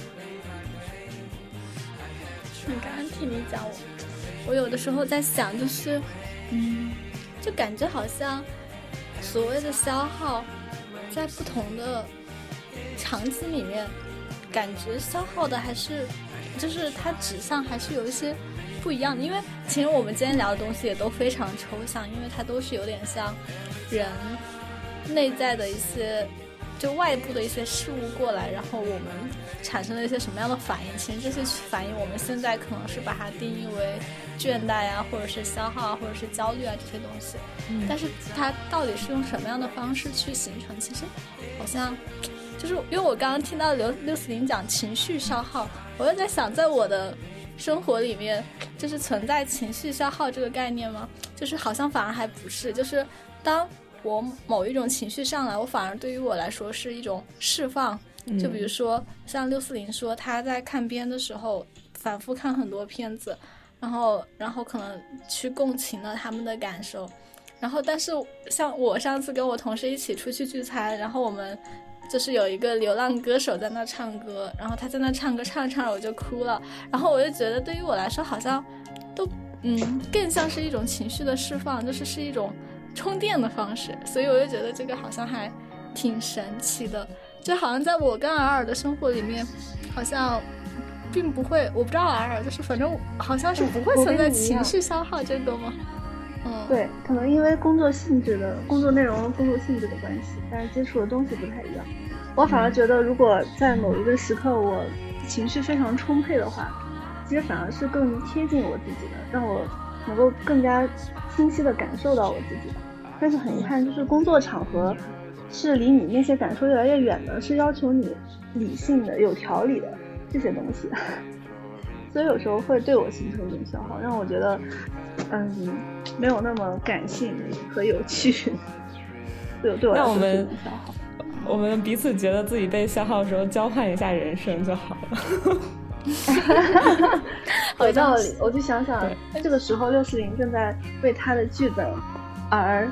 你刚刚听你讲，我我有的时候在想，就是嗯就感觉好像所谓的消耗在不同的场景里面，感觉消耗的还是就是它指向还是有一些不一样的。因为其实我们今天聊的东西也都非常抽象，因为它都是有点像人内在的一些就外部的一些事物过来，然后我们产生了一些什么样的反应，其实这些反应我们现在可能是把它定义为倦怠啊，或者是消耗啊，或者是焦虑啊这些东西、嗯、但是它到底是用什么样的方式去形成，其实好像就是因为我刚刚听到刘六四零讲情绪消耗，我就在想在我的生活里面就是存在情绪消耗这个概念吗？就是好像反而还不是，就是当我某一种情绪上来，我反而对于我来说是一种释放。就比如说像六四零说他在看片的时候反复看很多片子，然后然后可能去共情了他们的感受，然后但是像我上次跟我同事一起出去聚餐，然后我们就是有一个流浪歌手在那唱歌，然后他在那唱歌唱着唱着我就哭了，然后我就觉得对于我来说好像都嗯更像是一种情绪的释放，就是是一种充电的方式，所以我就觉得这个好像还挺神奇的，就好像在我跟尔尔的生活里面好像并不会，我不知道尔尔就是反正好像是不会存在情绪消耗这个吗？嗯， 对，可能因为工作性质的工作内容工作性质的关系，但是接触的东西不太一样。我反而觉得如果在某一个时刻我情绪非常充沛的话，其实反而是更贴近我自己的，让我能够更加清晰地感受到我自己的。但是很遗憾，就是工作场合是离你那些感受越来越远的，是要求你理性的有条理的这些东西，所以有时候会对我形成一种消耗，让我觉得嗯没有那么感性和有趣。对，对我来说是一种消耗。 我们彼此觉得自己被消耗的时候交换一下人生就好了。 有道理，我就想想这个时候六四零正在为他的剧本而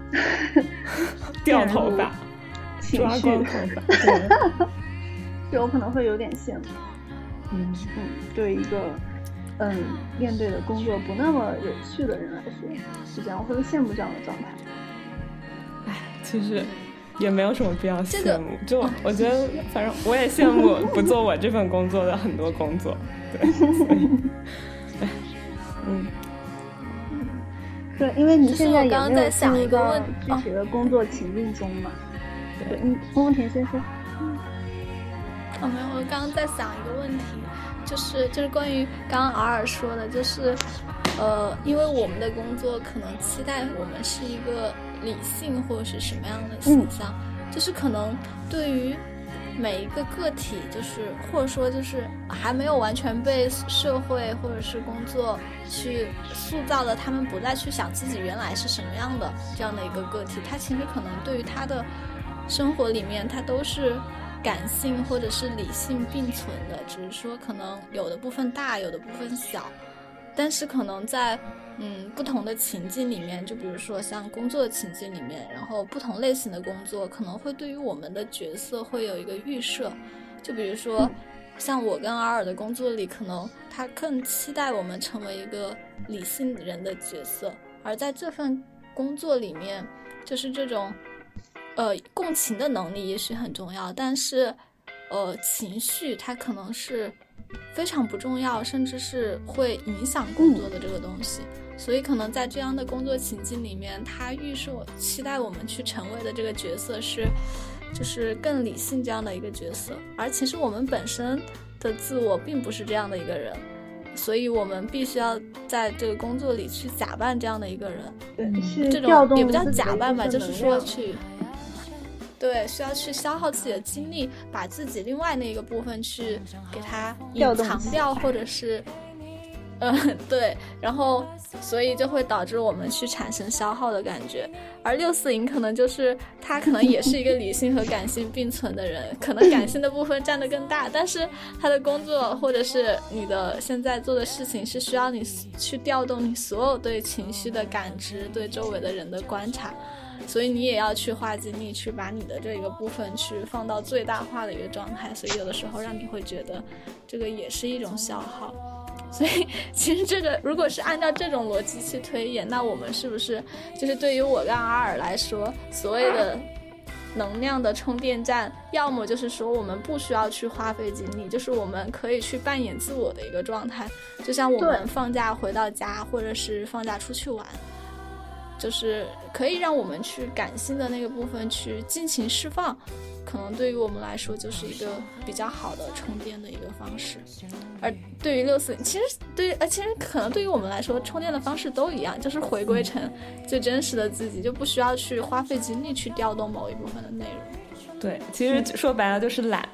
掉头发情绪， 抓光头发。 就我可能会有点羡慕。 嗯嗯，对一个嗯面对的工作不那么有趣的人来说是这样，我会羡慕这样的状态。 哎，其实也没有什么必要羡慕、这个、就我觉得反正我也羡慕不做我这份工作的很多工作。对，所以哎嗯对，因为你现在也没有想一个问具体的工作情境中嘛。对，嗯，翁翁田先说。 嗯，哦，没有，我刚刚在想一个问题，就是就是关于刚刚尔尔说的，就是呃，因为我们的工作可能期待我们是一个理性或者是什么样的形象，嗯、就是可能对于每一个个体，就是或者说就是还没有完全被社会或者是工作去塑造的，他们不再去想自己原来是什么样的这样的一个个体，他其实可能对于他的生活里面他都是感性或者是理性并存的，只是说可能有的部分大有的部分小，但是可能在嗯不同的情境里面，就比如说像工作的情境里面，然后不同类型的工作可能会对于我们的角色会有一个预设，就比如说像我跟尔尔的工作里，可能他更期待我们成为一个理性人的角色，而在这份工作里面就是这种呃，共情的能力也许很重要，但是呃，情绪它可能是非常不重要，甚至是会影响工作的这个东西、嗯、所以可能在这样的工作情境里面，它预设期待我们去成为的这个角色是就是更理性这样的一个角色，而其实我们本身的自我并不是这样的一个人，所以我们必须要在这个工作里去假扮这样的一个人。 对，是这种也不叫假扮吧，就是说去对，需要去消耗自己的精力，把自己另外那一个部分去给它隐藏掉，或者是嗯，对，然后所以就会导致我们去产生消耗的感觉。而六四零可能就是他可能也是一个理性和感性并存的人，可能感性的部分占得更大，但是他的工作或者是你的现在做的事情是需要你去调动你所有对情绪的感知，对周围的人的观察，所以你也要去花精力去把你的这个部分去放到最大化的一个状态，所以有的时候让你会觉得这个也是一种消耗。所以其实这个如果是按照这种逻辑去推演，那我们是不是就是对于我跟阿尔来说，所谓的能量的充电站，要么就是说我们不需要去花费精力，就是我们可以去扮演自我的一个状态，就像我们放假回到家，或者是放假出去玩，就是可以让我们去感性的那个部分去尽情释放，可能对于我们来说就是一个比较好的充电的一个方式。而对于六四零，其实对于呃，其实可能对于我们来说，充电的方式都一样，就是回归成最真实的自己，就不需要去花费精力去调动某一部分的内容。 对，其实说白了就是懒。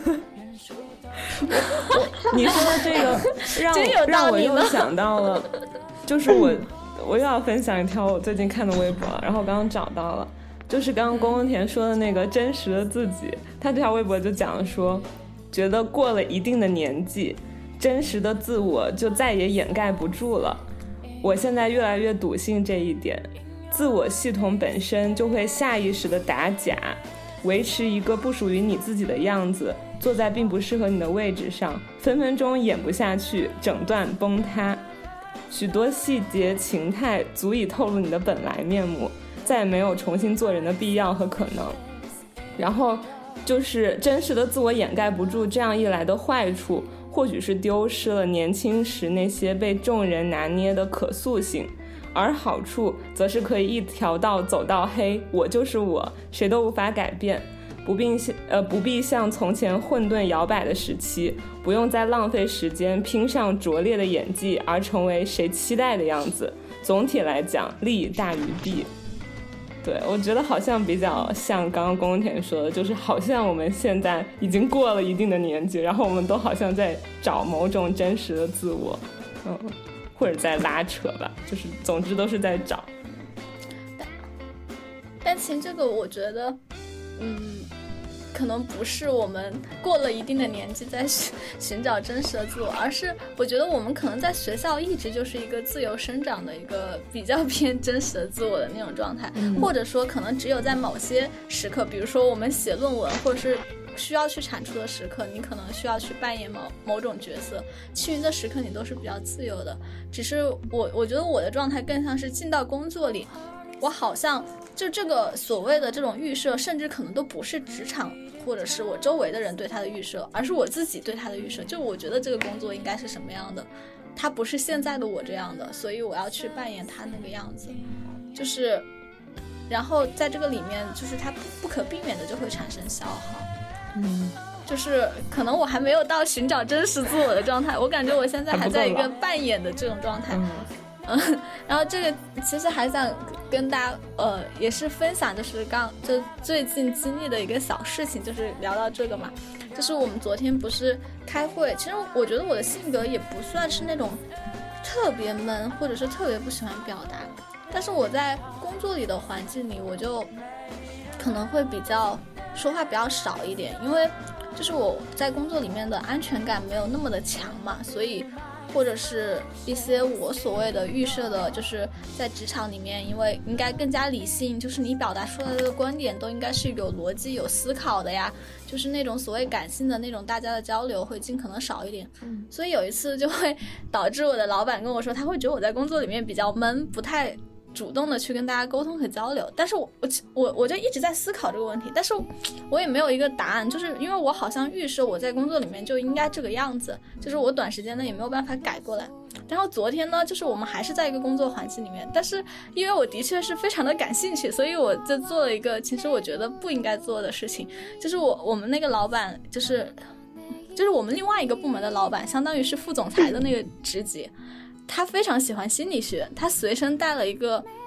你说的这个让让我又想到了，就是我我又要分享一条我最近看的微博，然后刚刚找到了，就是刚刚宫宫田说的那个真实的自己，他这条微博就讲了说，觉得过了一定的年纪，真实的自我就再也掩盖不住了。我现在越来越笃信这一点，自我系统本身就会下意识的打假，维持一个不属于你自己的样子，坐在并不适合你的位置上，分分钟演不下去，整段崩塌。许多细节情态足以透露你的本来面目，再也没有重新做人的必要和可能。然后就是真实的自我掩盖不住，这样一来的坏处或许是丢失了年轻时那些被众人拿捏的可塑性，而好处则是可以一条道走到黑，我就是我，谁都无法改变，不必呃不必像从前混沌摇摆的时期，不用再浪费时间拼上拙劣的演技而成为谁期待的样子。总体来讲，利大于弊。对，我觉得好像比较像刚刚宫宫田说的，就是好像我们现在已经过了一定的年纪，然后我们都好像在找某种真实的自我，嗯，或者在拉扯吧，就是总之都是在找。 但但其实这个我觉得，嗯，可能不是我们过了一定的年纪在寻找真实的自我，而是我觉得我们可能在学校一直就是一个自由生长的一个比较偏真实的自我的那种状态，嗯、或者说可能只有在某些时刻，比如说我们写论文或者是需要去产出的时刻，你可能需要去扮演某某种角色，其余的时刻你都是比较自由的。只是我我觉得我的状态更像是进到工作里，我好像就这个所谓的这种预设，甚至可能都不是职场或者是我周围的人对他的预设，而是我自己对他的预设，就我觉得这个工作应该是什么样的，他不是现在的我这样的，所以我要去扮演他那个样子，就是然后在这个里面就是他不不可避免的就会产生消耗。 嗯， 就是可能我还没有到寻找真实自我的状态，我感觉我现在还在一个扮演的这种状态。嗯，然后这个其实还想跟大家呃也是分享，就是刚就最近经历的一个小事情，就是聊到这个嘛，就是我们昨天不是开会，其实我觉得我的性格也不算是那种特别闷或者是特别不喜欢表达，但是我在工作里的环境里，我就可能会比较说话比较少一点，因为就是我在工作里面的安全感没有那么的强嘛，所以或者是一些我所谓的预设的，就是在职场里面，因为应该更加理性，就是你表达出来的观点都应该是有逻辑有思考的呀，就是那种所谓感性的那种大家的交流会尽可能少一点。嗯，所以有一次就会导致我的老板跟我说，他会觉得我在工作里面比较闷，不太主动的去跟大家沟通和交流，但是我我我就一直在思考这个问题，但是我也没有一个答案，就是因为我好像预设我在工作里面就应该这个样子，就是我短时间内也没有办法改过来。然后昨天呢，就是我们还是在一个工作环境里面，但是因为我的确是非常的感兴趣，所以我就做了一个其实我觉得不应该做的事情，就是我我们那个老板就是就是我们另外一个部门的老板，相当于是副总裁的那个职级，他非常喜欢心理学，他随身带了一个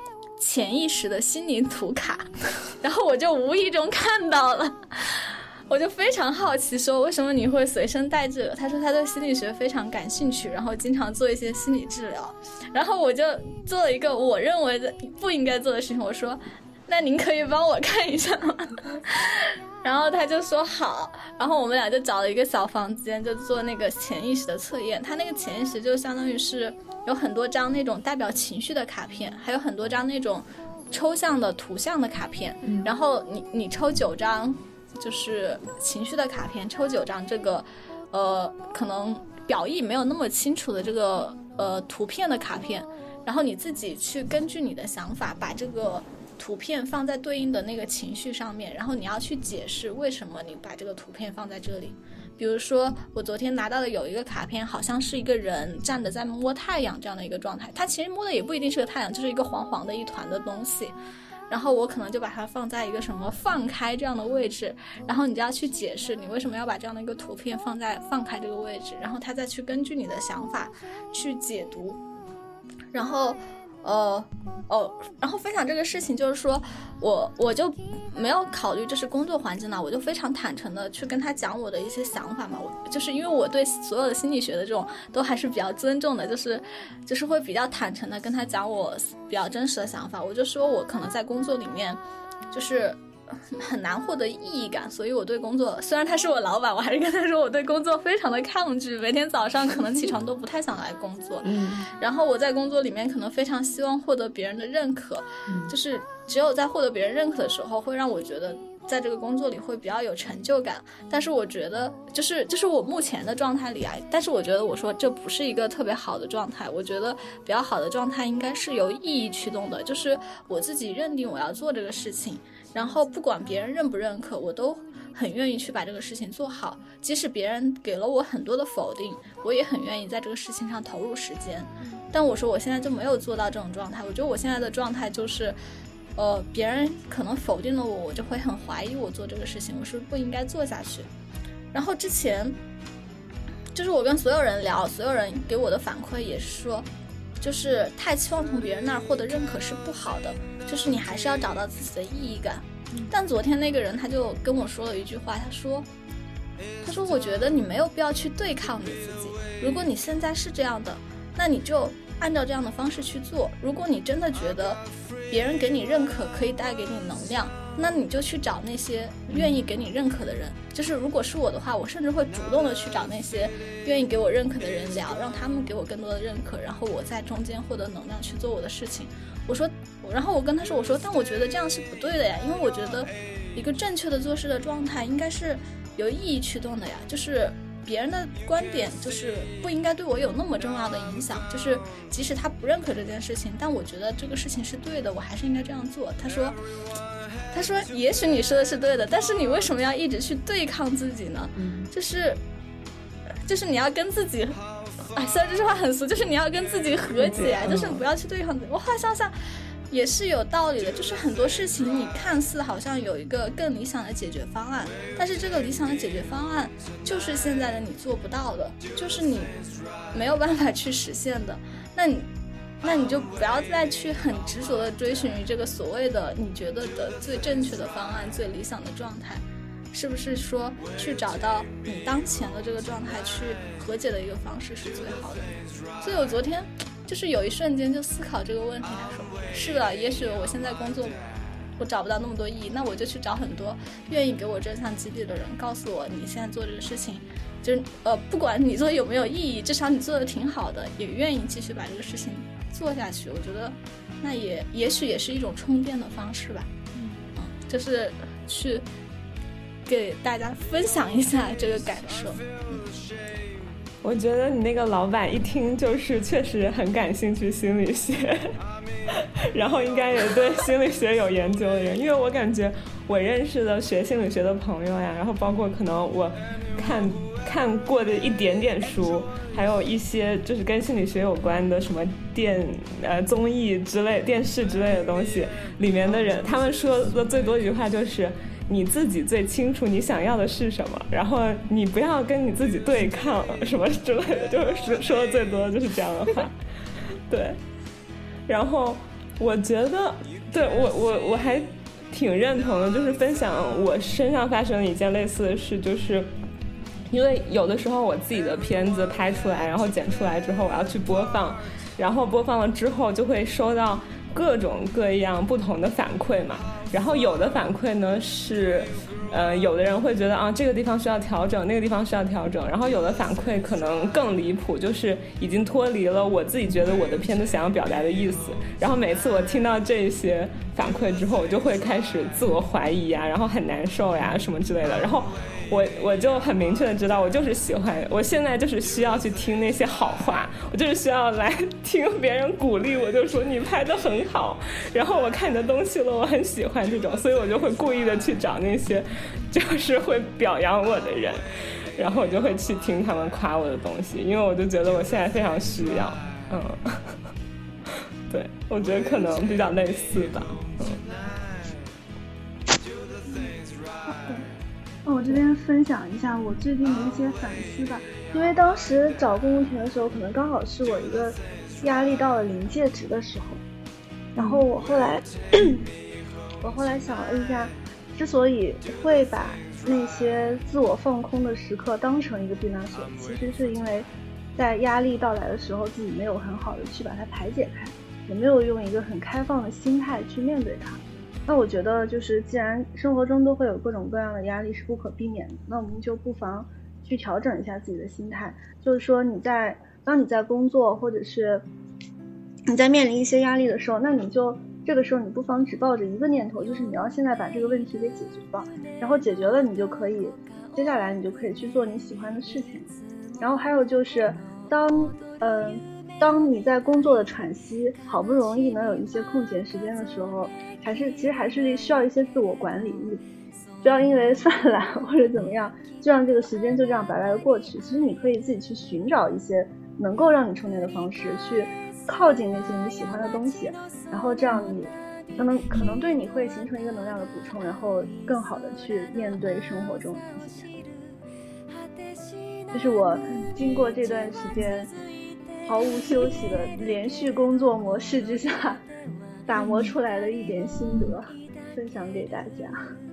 潜意识的心灵图卡，然后我就无意中看到了，我就非常好奇说为什么你会随身带这个。他说他对心理学非常感兴趣，然后经常做一些心理治疗。然后我就做了一个我认为的不应该做的事情，我说那您可以帮我看一下吗？然后他就说好，然后我们俩就找了一个小房间，就做那个潜意识的测验。他那个潜意识就相当于是有很多张那种代表情绪的卡片，还有很多张那种抽象的图像的卡片，嗯、然后你你抽九张就是情绪的卡片，抽九张这个呃可能表意没有那么清楚的这个呃图片的卡片，然后你自己去根据你的想法把这个图片放在对应的那个情绪上面，然后你要去解释为什么你把这个图片放在这里。比如说我昨天拿到的有一个卡片，好像是一个人站着在摸太阳这样的一个状态，它其实摸的也不一定是个太阳，就是一个黄黄的一团的东西，然后我可能就把它放在一个什么放开这样的位置，然后你就要去解释你为什么要把这样的一个图片放在放开这个位置，然后他再去根据你的想法去解读。然后呃哦，然后分享这个事情就是说我我就没有考虑这是工作环境呢，我就非常坦诚的去跟他讲我的一些想法嘛。我就是因为我对所有的心理学的这种都还是比较尊重的，就是就是会比较坦诚的跟他讲我比较真实的想法。我就说我可能在工作里面就是很难获得意义感，所以我对工作，虽然他是我老板，我还是跟他说我对工作非常的抗拒，每天早上可能起床都不太想来工作、嗯、然后我在工作里面可能非常希望获得别人的认可、嗯、就是只有在获得别人认可的时候会让我觉得在这个工作里会比较有成就感。但是我觉得就是就是我目前的状态里啊，但是我觉得我说这不是一个特别好的状态，我觉得比较好的状态应该是由意义驱动的，就是我自己认定我要做这个事情，然后不管别人认不认可，我都很愿意去把这个事情做好，即使别人给了我很多的否定，我也很愿意在这个事情上投入时间。但我说我现在就没有做到这种状态，我觉得我现在的状态就是呃，别人可能否定了我，我就会很怀疑我做这个事情我是不是不应该做下去。然后之前就是我跟所有人聊，所有人给我的反馈也是说，就是太期望从别人那儿获得认可是不好的，就是你还是要找到自己的意义感。但昨天那个人他就跟我说了一句话，他说他说我觉得你没有必要去对抗你自己，如果你现在是这样的，那你就按照这样的方式去做，如果你真的觉得别人给你认可可以带给你能量，那你就去找那些愿意给你认可的人。就是如果是我的话，我甚至会主动的去找那些愿意给我认可的人聊，让他们给我更多的认可，然后我在中间获得能量去做我的事情。我说，然后我跟他说，我说但我觉得这样是不对的呀，因为我觉得一个正确的做事的状态应该是有意义驱动的呀，就是别人的观点就是不应该对我有那么重要的影响，就是即使他不认可这件事情，但我觉得这个事情是对的，我还是应该这样做。他说他说也许你说的是对的，但是你为什么要一直去对抗自己呢？就是就是你要跟自己，哎，虽然这句话很俗，就是你要跟自己和解，就是不要去对抗自己。我后来想想也是有道理的，就是很多事情你看似好像有一个更理想的解决方案，但是这个理想的解决方案就是现在的你做不到的，就是你没有办法去实现的。那你那你就不要再去很执着的追寻于这个所谓的你觉得的最正确的方案，最理想的状态，是不是说去找到你当前的这个状态去和解的一个方式是最好的。所以我昨天就是有一瞬间就思考这个问题，他说是的，也许我现在工作我找不到那么多意义，那我就去找很多愿意给我正向激励的人，告诉我你现在做这个事情就是呃，不管你做有没有意义，至少你做的挺好的，也愿意继续把这个事情做下去。我觉得那也也许也是一种充电的方式吧。嗯，就是去给大家分享一下这个感受。嗯， 我觉得你那个老板一听就是确实很感兴趣心理学然后应该也对心理学有研究的人，因为我感觉我认识的学心理学的朋友呀，然后包括可能我看看过的一点点书，还有一些就是跟心理学有关的什么电呃综艺之类电视之类的东西里面的人，他们说的最多一句话就是你自己最清楚你想要的是什么，然后你不要跟你自己对抗什么之类的，就是说的最多的就是这样的话。对，然后我觉得对我我我还挺认同的，就是分享我身上发生的一件类似的事，就是因为有的时候我自己的片子拍出来，然后剪出来之后我要去播放，然后播放了之后就会收到各种各样不同的反馈嘛，然后有的反馈呢是呃，有的人会觉得啊，这个地方需要调整，那个地方需要调整，然后有的反馈可能更离谱，就是已经脱离了我自己觉得我的片子想要表达的意思。然后每次我听到这些反馈之后，我就会开始自我怀疑呀，然后很难受呀什么之类的。然后我我就很明确的知道，我就是喜欢，我现在就是需要去听那些好话，我就是需要来听别人鼓励我，就说你拍得很好，然后我看你的东西了，我很喜欢这种，所以我就会故意的去找那些就是会表扬我的人，然后我就会去听他们夸我的东西，因为我就觉得我现在非常需要。嗯，对，我觉得可能比较类似吧。嗯。 那我这边分享一下我最近的一些反思吧，因为当时找公共田的时候，可能刚好是我一个压力到了临界值的时候，然后我后来我后来想了一下，之所以会把那些自我放空的时刻当成一个避难所，其实是因为在压力到来的时候，自己没有很好的去把它排解开，也没有用一个很开放的心态去面对它。那我觉得就是既然生活中都会有各种各样的压力是不可避免的，那我们就不妨去调整一下自己的心态，就是说你在当你在工作或者是你在面临一些压力的时候，那你就这个时候你不妨只抱着一个念头，就是你要现在把这个问题给解决了，然后解决了你就可以接下来你就可以去做你喜欢的事情。然后还有就是当呃当你在工作的喘息好不容易能有一些空闲时间的时候，还是其实还是需要一些自我管理力，不要因为犯懒或者怎么样就让这个时间就这样白白的过去。其实你可以自己去寻找一些能够让你充电的方式，去靠近那些你喜欢的东西，然后这样你可能可能对你会形成一个能量的补充，然后更好的去面对生活中的一些。这是我经过这段时间毫无休息的连续工作模式之下打磨出来的一点心得，分享给大家。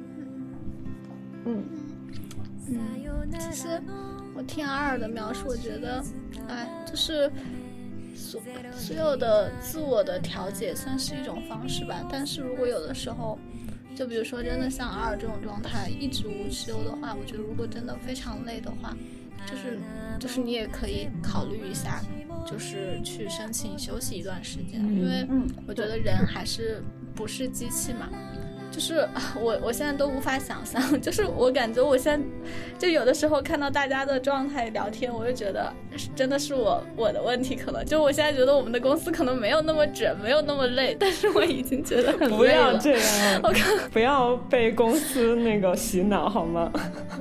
嗯嗯，其实我听阿尔的描述，我觉得，哎，就是所所有的自我的调节算是一种方式吧。但是如果有的时候，就比如说真的像阿尔这种状态一直无休的话，我觉得如果真的非常累的话，就是就是你也可以考虑一下，就是去申请休息一段时间，因为我觉得人还是不是机器嘛。就是我我现在都无法想象，就是我感觉我现在就有的时候看到大家的状态聊天，我就觉得真的是我我的问题，可能就我现在觉得我们的公司可能没有那么卷，没有那么累，但是我已经觉得很累了。 不要这样，我看不要被公司那个洗脑好吗？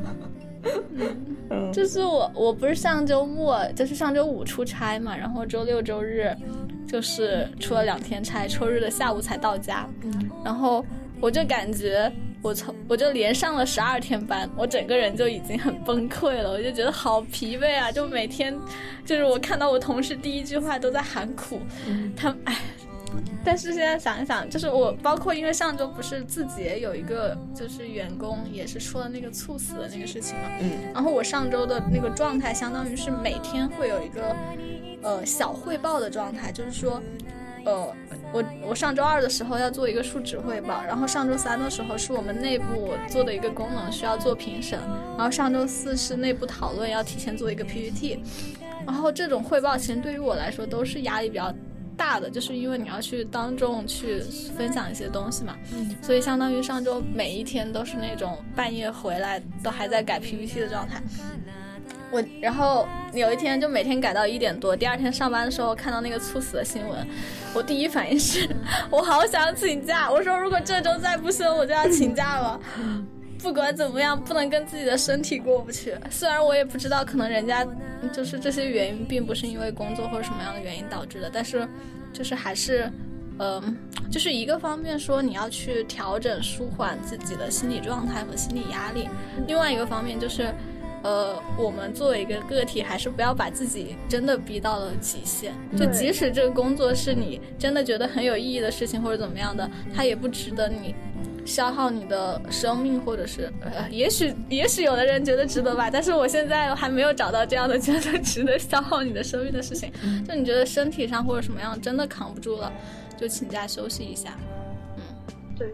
嗯，就是我我不是上周末就是上周五出差嘛，然后周六周日就是出了两天差，周日的下午才到家，然后我就感觉我从我就连上了十二天班，我整个人就已经很崩溃了，我就觉得好疲惫啊！就每天就是我看到我同事第一句话都在喊苦，嗯、他们哎。但是现在想一想，就是我包括因为上周不是自己也有一个就是员工也是出了那个猝死的那个事情嘛，嗯，然后我上周的那个状态相当于是每天会有一个呃小汇报的状态，就是说呃我我上周二的时候要做一个述职汇报，然后上周三的时候是我们内部做的一个功能需要做评审，然后上周四是内部讨论要提前做一个 P P T， 然后这种汇报其实对于我来说都是压力比较大的，就是因为你要去当众去分享一些东西嘛，嗯，所以相当于上周每一天都是那种半夜回来都还在改 P P T 的状态。我然后有一天就每天改到一点多，第二天上班的时候看到那个猝死的新闻，我第一反应是我好想请假，我说如果这周再不休我就要请假了。不管怎么样不能跟自己的身体过不去，虽然我也不知道可能人家就是这些原因并不是因为工作或者什么样的原因导致的，但是就是还是嗯、呃，就是一个方面说你要去调整舒缓自己的心理状态和心理压力，另外一个方面就是呃，我们作为一个个体，还是不要把自己真的逼到了极限。就即使这个工作是你真的觉得很有意义的事情，或者怎么样的，它也不值得你消耗你的生命，或者是呃，也许也许有的人觉得值得吧，但是我现在还没有找到这样的觉得值得消耗你的生命的事情。就你觉得身体上或者什么样真的扛不住了，就请假休息一下。嗯， 对。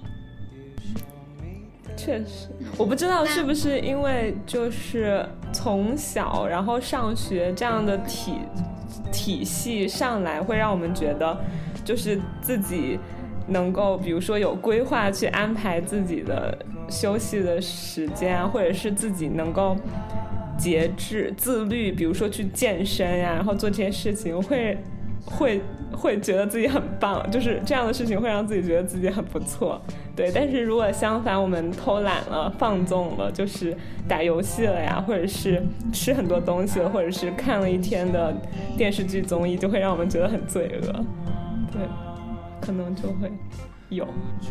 确实，我不知道是不是因为就是从小然后上学这样的体体系上来，会让我们觉得就是自己能够比如说有规划去安排自己的休息的时间啊，或者是自己能够节制自律，比如说去健身呀、啊，然后做这些事情会会会觉得自己很棒，就是这样的事情会让自己觉得自己很不错。对，但是如果相反我们偷懒了放纵了，就是打游戏了呀，或者是吃很多东西了，或者是看了一天的电视剧综艺，就会让我们觉得很罪恶。对，可能就会有，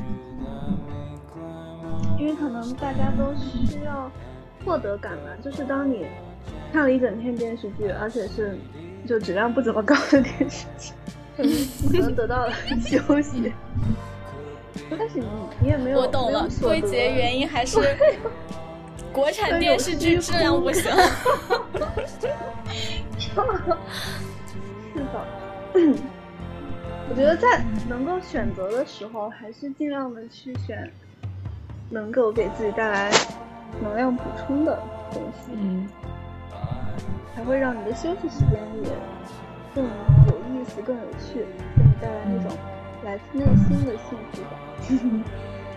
因为可能大家都需要获得感嘛，就是当你看了一整天电视剧，而且是就质量不怎么高的电视剧，可能得到了休息，但是你你也没有， 我懂了，归结原因还是国产电视剧质量不行。 是的，我觉得在能够选择的时候，还是尽量的去选能够给自己带来能量补充的东西， 嗯， 才会让你的休息时间也更有意思、更有趣，给你带来那种来自内心的幸福感。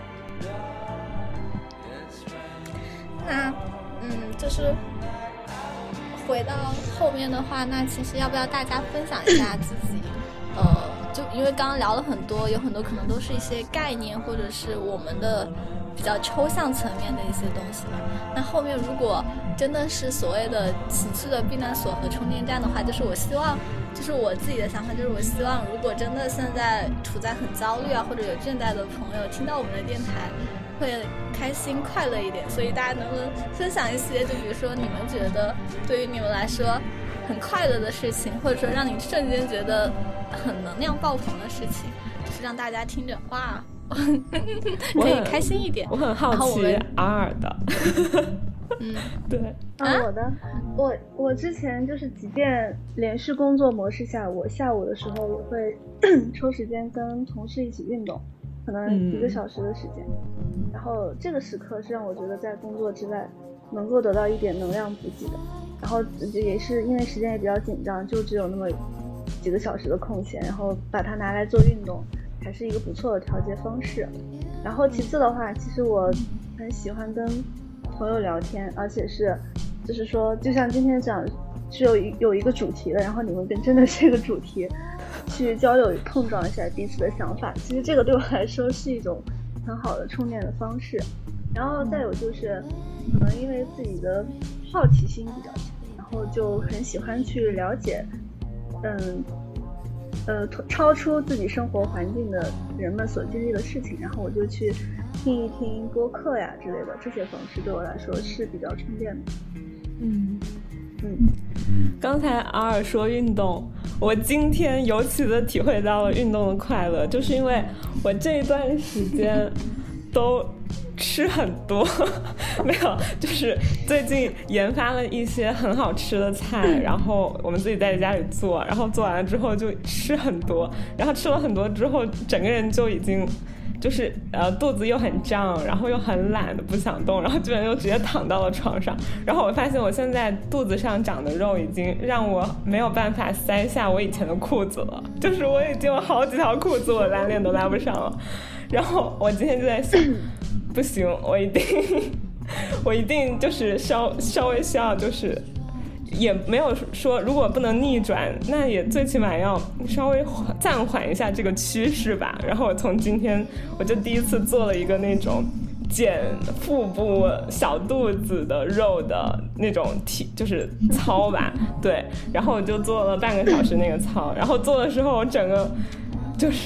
那，嗯，就是回到后面的话，那其实要不要大家分享一下自己，呃，就因为刚刚聊了很多，有很多可能都是一些概念，或者是我们的比较抽象层面的一些东西嘛。那后面如果真的是所谓的情绪的避难所和充电站的话，就是我希望，就是我自己的想法，就是我希望如果真的现在处在很焦虑啊或者有倦怠的朋友听到我们的电台会开心快乐一点，所以大家能不能分享一些就比如说你们觉得对于你们来说很快乐的事情，或者说让你瞬间觉得很能量爆棚的事情，就是让大家听着哇可以开心一点。 我很好奇 R 的嗯， 对啊，我的，我我之前就是即便连续工作模式下，我下午的时候也会抽时间跟同事一起运动，可能一个小时的时间、嗯、然后这个时刻是让我觉得在工作之外能够得到一点能量补给的，然后也是因为时间也比较紧张，就只有那么几个小时的空闲，然后把它拿来做运动还是一个不错的调节方式。然后其次的话，其实我很喜欢跟朋友聊天，而且是就是说就像今天这样是有一有一个主题的，然后你们跟真的这个主题去交流碰撞一下彼此的想法，其实这个对我来说是一种很好的充电的方式。然后再有就是可能因为自己的好奇心比较强，然后就很喜欢去了解嗯呃超出自己生活环境的人们所经历的事情，然后我就去听一听播客呀之类的，这些方式对我来说是比较充电的。 嗯嗯， 刚才阿尔说运动，我今天尤其的体会到了运动的快乐，就是因为我这一段时间都吃很多没有，就是最近研发了一些很好吃的菜，然后我们自己在家里做，然后做完了之后就吃很多，然后吃了很多之后整个人就已经就是呃肚子又很胀，然后又很懒的不想动，然后基本上就直接躺到了床上。然后我发现我现在肚子上长的肉已经让我没有办法塞下我以前的裤子了，就是我已经有好几条裤子我拉链都拉不上了。然后我今天就在想不行，我一定我一定就是稍稍微需要就是也没有说如果不能逆转，那也最起码要稍微暂缓一下这个趋势吧。然后我从今天我就第一次做了一个那种减腹部小肚子的肉的那种体就是操吧，对，然后我就做了半个小时那个操，然后做的时候整个就是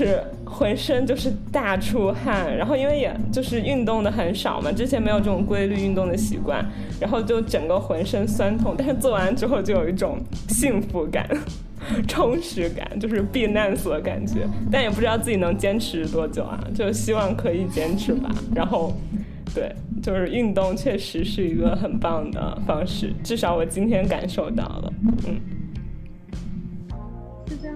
浑身就是大出汗，然后因为也就是运动的很少嘛，之前没有这种规律运动的习惯，然后就整个浑身酸痛，但是做完之后就有一种幸福感充实感，就是避难所的感觉，但也不知道自己能坚持多久啊，就希望可以坚持吧。然后对，就是运动确实是一个很棒的方式，至少我今天感受到了。嗯， 是这样。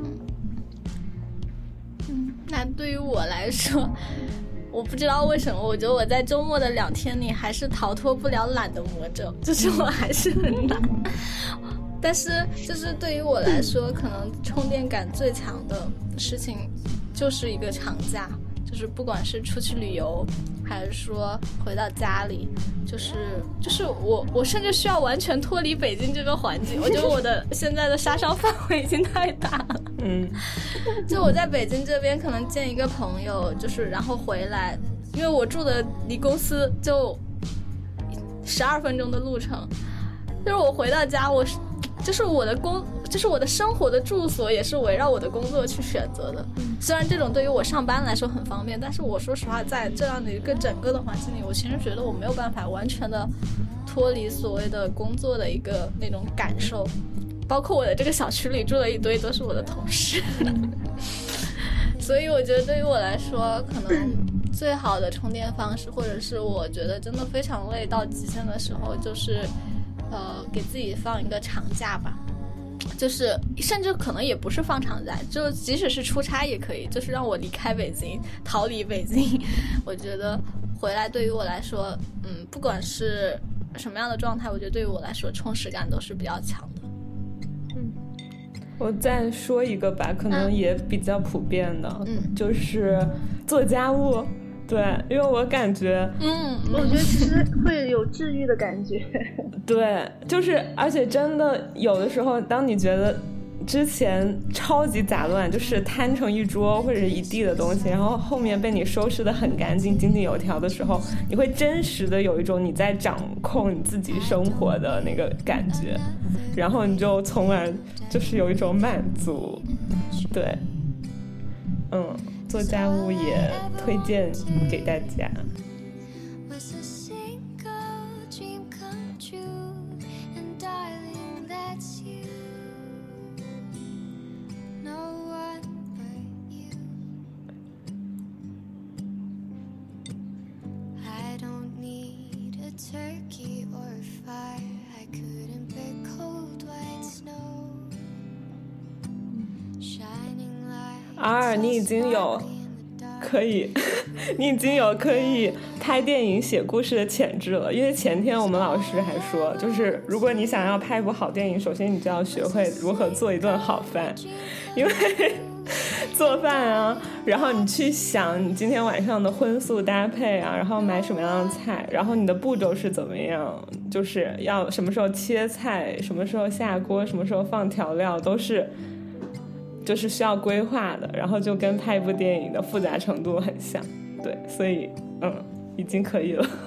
嗯，那对于我来说，我不知道为什么，我觉得我在周末的两天里还是逃脱不了懒的魔咒，就是我还是很懒。但是就是对于我来说，可能充电感最强的事情就是一个长假，就是不管是出去旅游还是说回到家里，就是就是我我甚至需要完全脱离北京这个环境。我觉得我的现在的杀伤范围已经太大了。 嗯， 就我在北京这边可能见一个朋友，就是然后回来，因为我住的离公司就十二分钟的路程，就是我回到家，我就是我的工，就是我的生活的住所也是围绕我的工作去选择的。虽然这种对于我上班来说很方便，但是我说实话，在这样的一个整个的环境里，我其实觉得我没有办法完全的脱离所谓的工作的一个那种感受。包括我的这个小区里住了一堆都是我的同事，所以我觉得对于我来说，可能最好的充电方式，或者是我觉得真的非常累到极限的时候，就是呃给自己放一个长假吧。就是甚至可能也不是放长假，就即使是出差也可以，就是让我离开北京，逃离北京。我觉得回来对于我来说，嗯，不管是什么样的状态，我觉得对于我来说充实感都是比较强的。 嗯，我再说一个吧，可能也比较普遍的， 嗯， 就是做家务。对，因为我感觉， 嗯， 我觉得其实会有治愈的感觉。 对，就是而且真的有的时候，当你觉得之前超级杂乱，就是摊成一桌或者一地的东西，然后后面被你收拾得很干净、井井有条的时候，你会真实的有一种你在掌控你自己生活的那个感觉，然后你就从而就是有一种满足。对，嗯，做家务也推荐给大家。R，你已经有可以你已经有可以拍电影写故事的潜质了，因为前天我们老师还说，就是如果你想要拍一部好电影，首先你就要学会如何做一顿好饭，因为做饭啊，然后你去想你今天晚上的荤素搭配啊，然后买什么样的菜，然后你的步骤是怎么样，就是要什么时候切菜，什么时候下锅，什么时候放调料，都是就是需要规划的，然后就跟拍一部电影的复杂程度很像。对，所以嗯，已经可以了。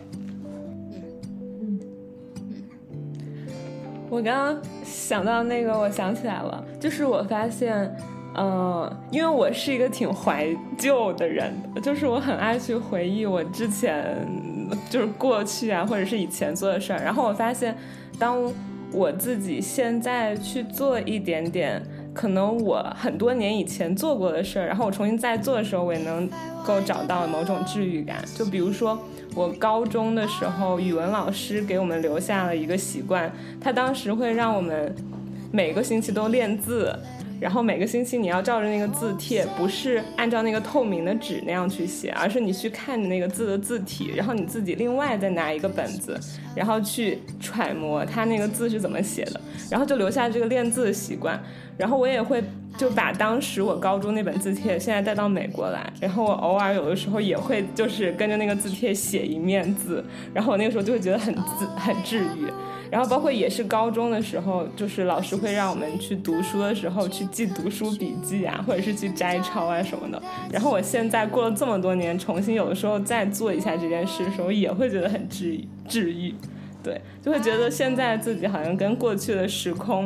我刚刚想到那个，我想起来了，就是我发现呃，因为我是一个挺怀旧的人，就是我很爱去回忆我之前就是过去啊，或者是以前做的事儿，然后我发现当我自己现在去做一点点可能我很多年以前做过的事儿，然后我重新再做的时候，我也能够找到某种治愈感。就比如说我高中的时候，语文老师给我们留下了一个习惯，他当时会让我们每个星期都练字，然后每个星期你要照着那个字帖，不是按照那个透明的纸那样去写，而是你去看那个字的字体，然后你自己另外再拿一个本子，然后去揣摩它那个字是怎么写的，然后就留下这个练字的习惯。然后我也会就把当时我高中那本字帖现在带到美国来，然后我偶尔有的时候也会就是跟着那个字帖写一面字，然后我那个时候就会觉得很自很治愈。然后包括也是高中的时候，就是老师会让我们去读书的时候去记读书笔记啊，或者是去摘抄啊什么的。然后我现在过了这么多年，重新有的时候再做一下这件事的时候，也会觉得很治愈治愈。对，就会觉得现在自己好像跟过去的时空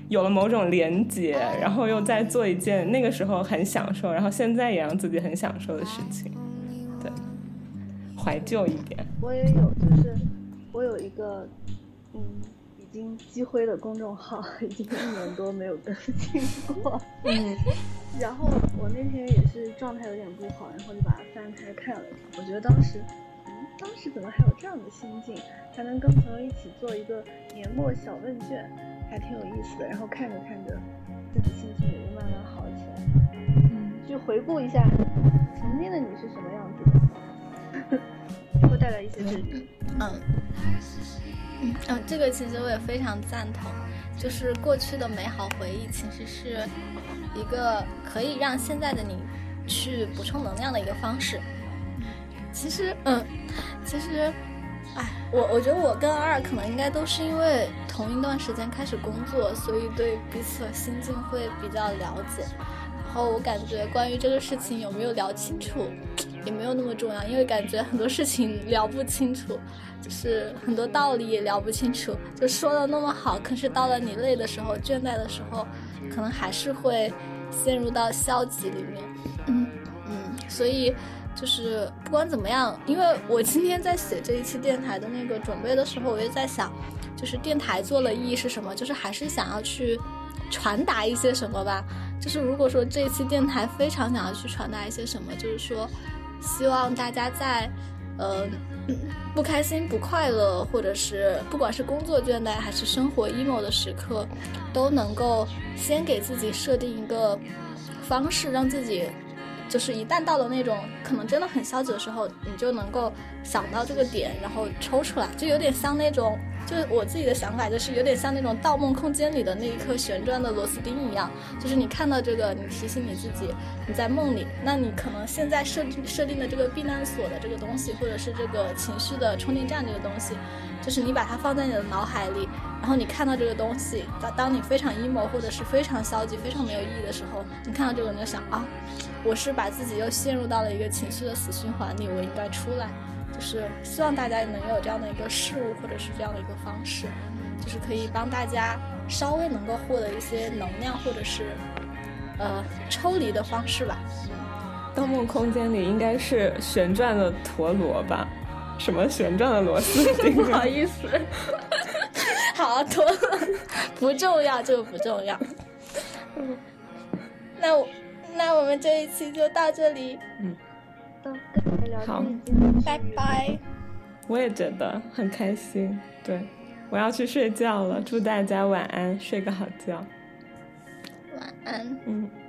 有了某种连结，然后又在做一件那个时候很享受，然后现在也让自己很享受的事情。对，怀旧一点。 我也有，就是我有一个嗯已经积灰的公众号，已经一年多没有更新过。嗯，然后我那天也是状态有点不好，然后就把它翻开看了一下。我觉得当时，嗯，当时怎么还有这样的心境，还能跟朋友一起做一个年末小问卷，还挺有意思的。然后看着看着，自己心情也就慢慢好起来。嗯，去回顾一下曾经的你是什么样子的，会带来一些治愈。 嗯。嗯，这个其实我也非常赞同，就是过去的美好回忆其实是一个可以让现在的你去补充能量的一个方式。其实嗯其实哎我我觉得我跟二可能应该都是因为同一段时间开始工作，所以对彼此的心境会比较了解。然后我感觉关于这个事情有没有聊清楚也没有那么重要，因为感觉很多事情聊不清楚，就是很多道理也聊不清楚，就说的那么好，可是到了你累的时候倦怠的时候，可能还是会陷入到消极里面。嗯嗯，所以就是不管怎么样，因为我今天在写这一期电台的那个准备的时候，我也在想，就是电台做的意义是什么，就是还是想要去传达一些什么吧。就是如果说这一期电台非常想要去传达一些什么，就是说希望大家在呃不开心不快乐，或者是不管是工作倦怠还是生活 emo 的时刻，都能够先给自己设定一个方式，让自己就是一旦到了那种可能真的很消极的时候，你就能够想到这个点，然后抽出来，就有点像那种，就是我自己的想法，就是有点像那种盗梦空间里的那一颗旋转的螺丝钉一样，就是你看到这个，你提醒你自己你在梦里，那你可能现在设定设定的这个避难所的这个东西，或者是这个情绪的充电站这个东西，就是你把它放在你的脑海里，然后你看到这个东西，当你非常 emo 或者是非常消极非常没有意义的时候，你看到这个你就想啊，我是把自己又陷入到了一个情绪的死循环里，我应该出来。就是希望大家能有这样的一个事物，或者是这样的一个方式，就是可以帮大家稍微能够获得一些能量，或者是呃抽离的方式吧。 盗梦空间里应该是旋转的陀螺吧？什么旋转的螺丝钉？ 不好意思，好，陀螺不重要，这个不重要。那我那我们这一期就到这里。 嗯。好， 拜拜。 我也觉得很开心，对，我要去睡觉了，祝大家晚安，睡个好觉。 晚安。 嗯。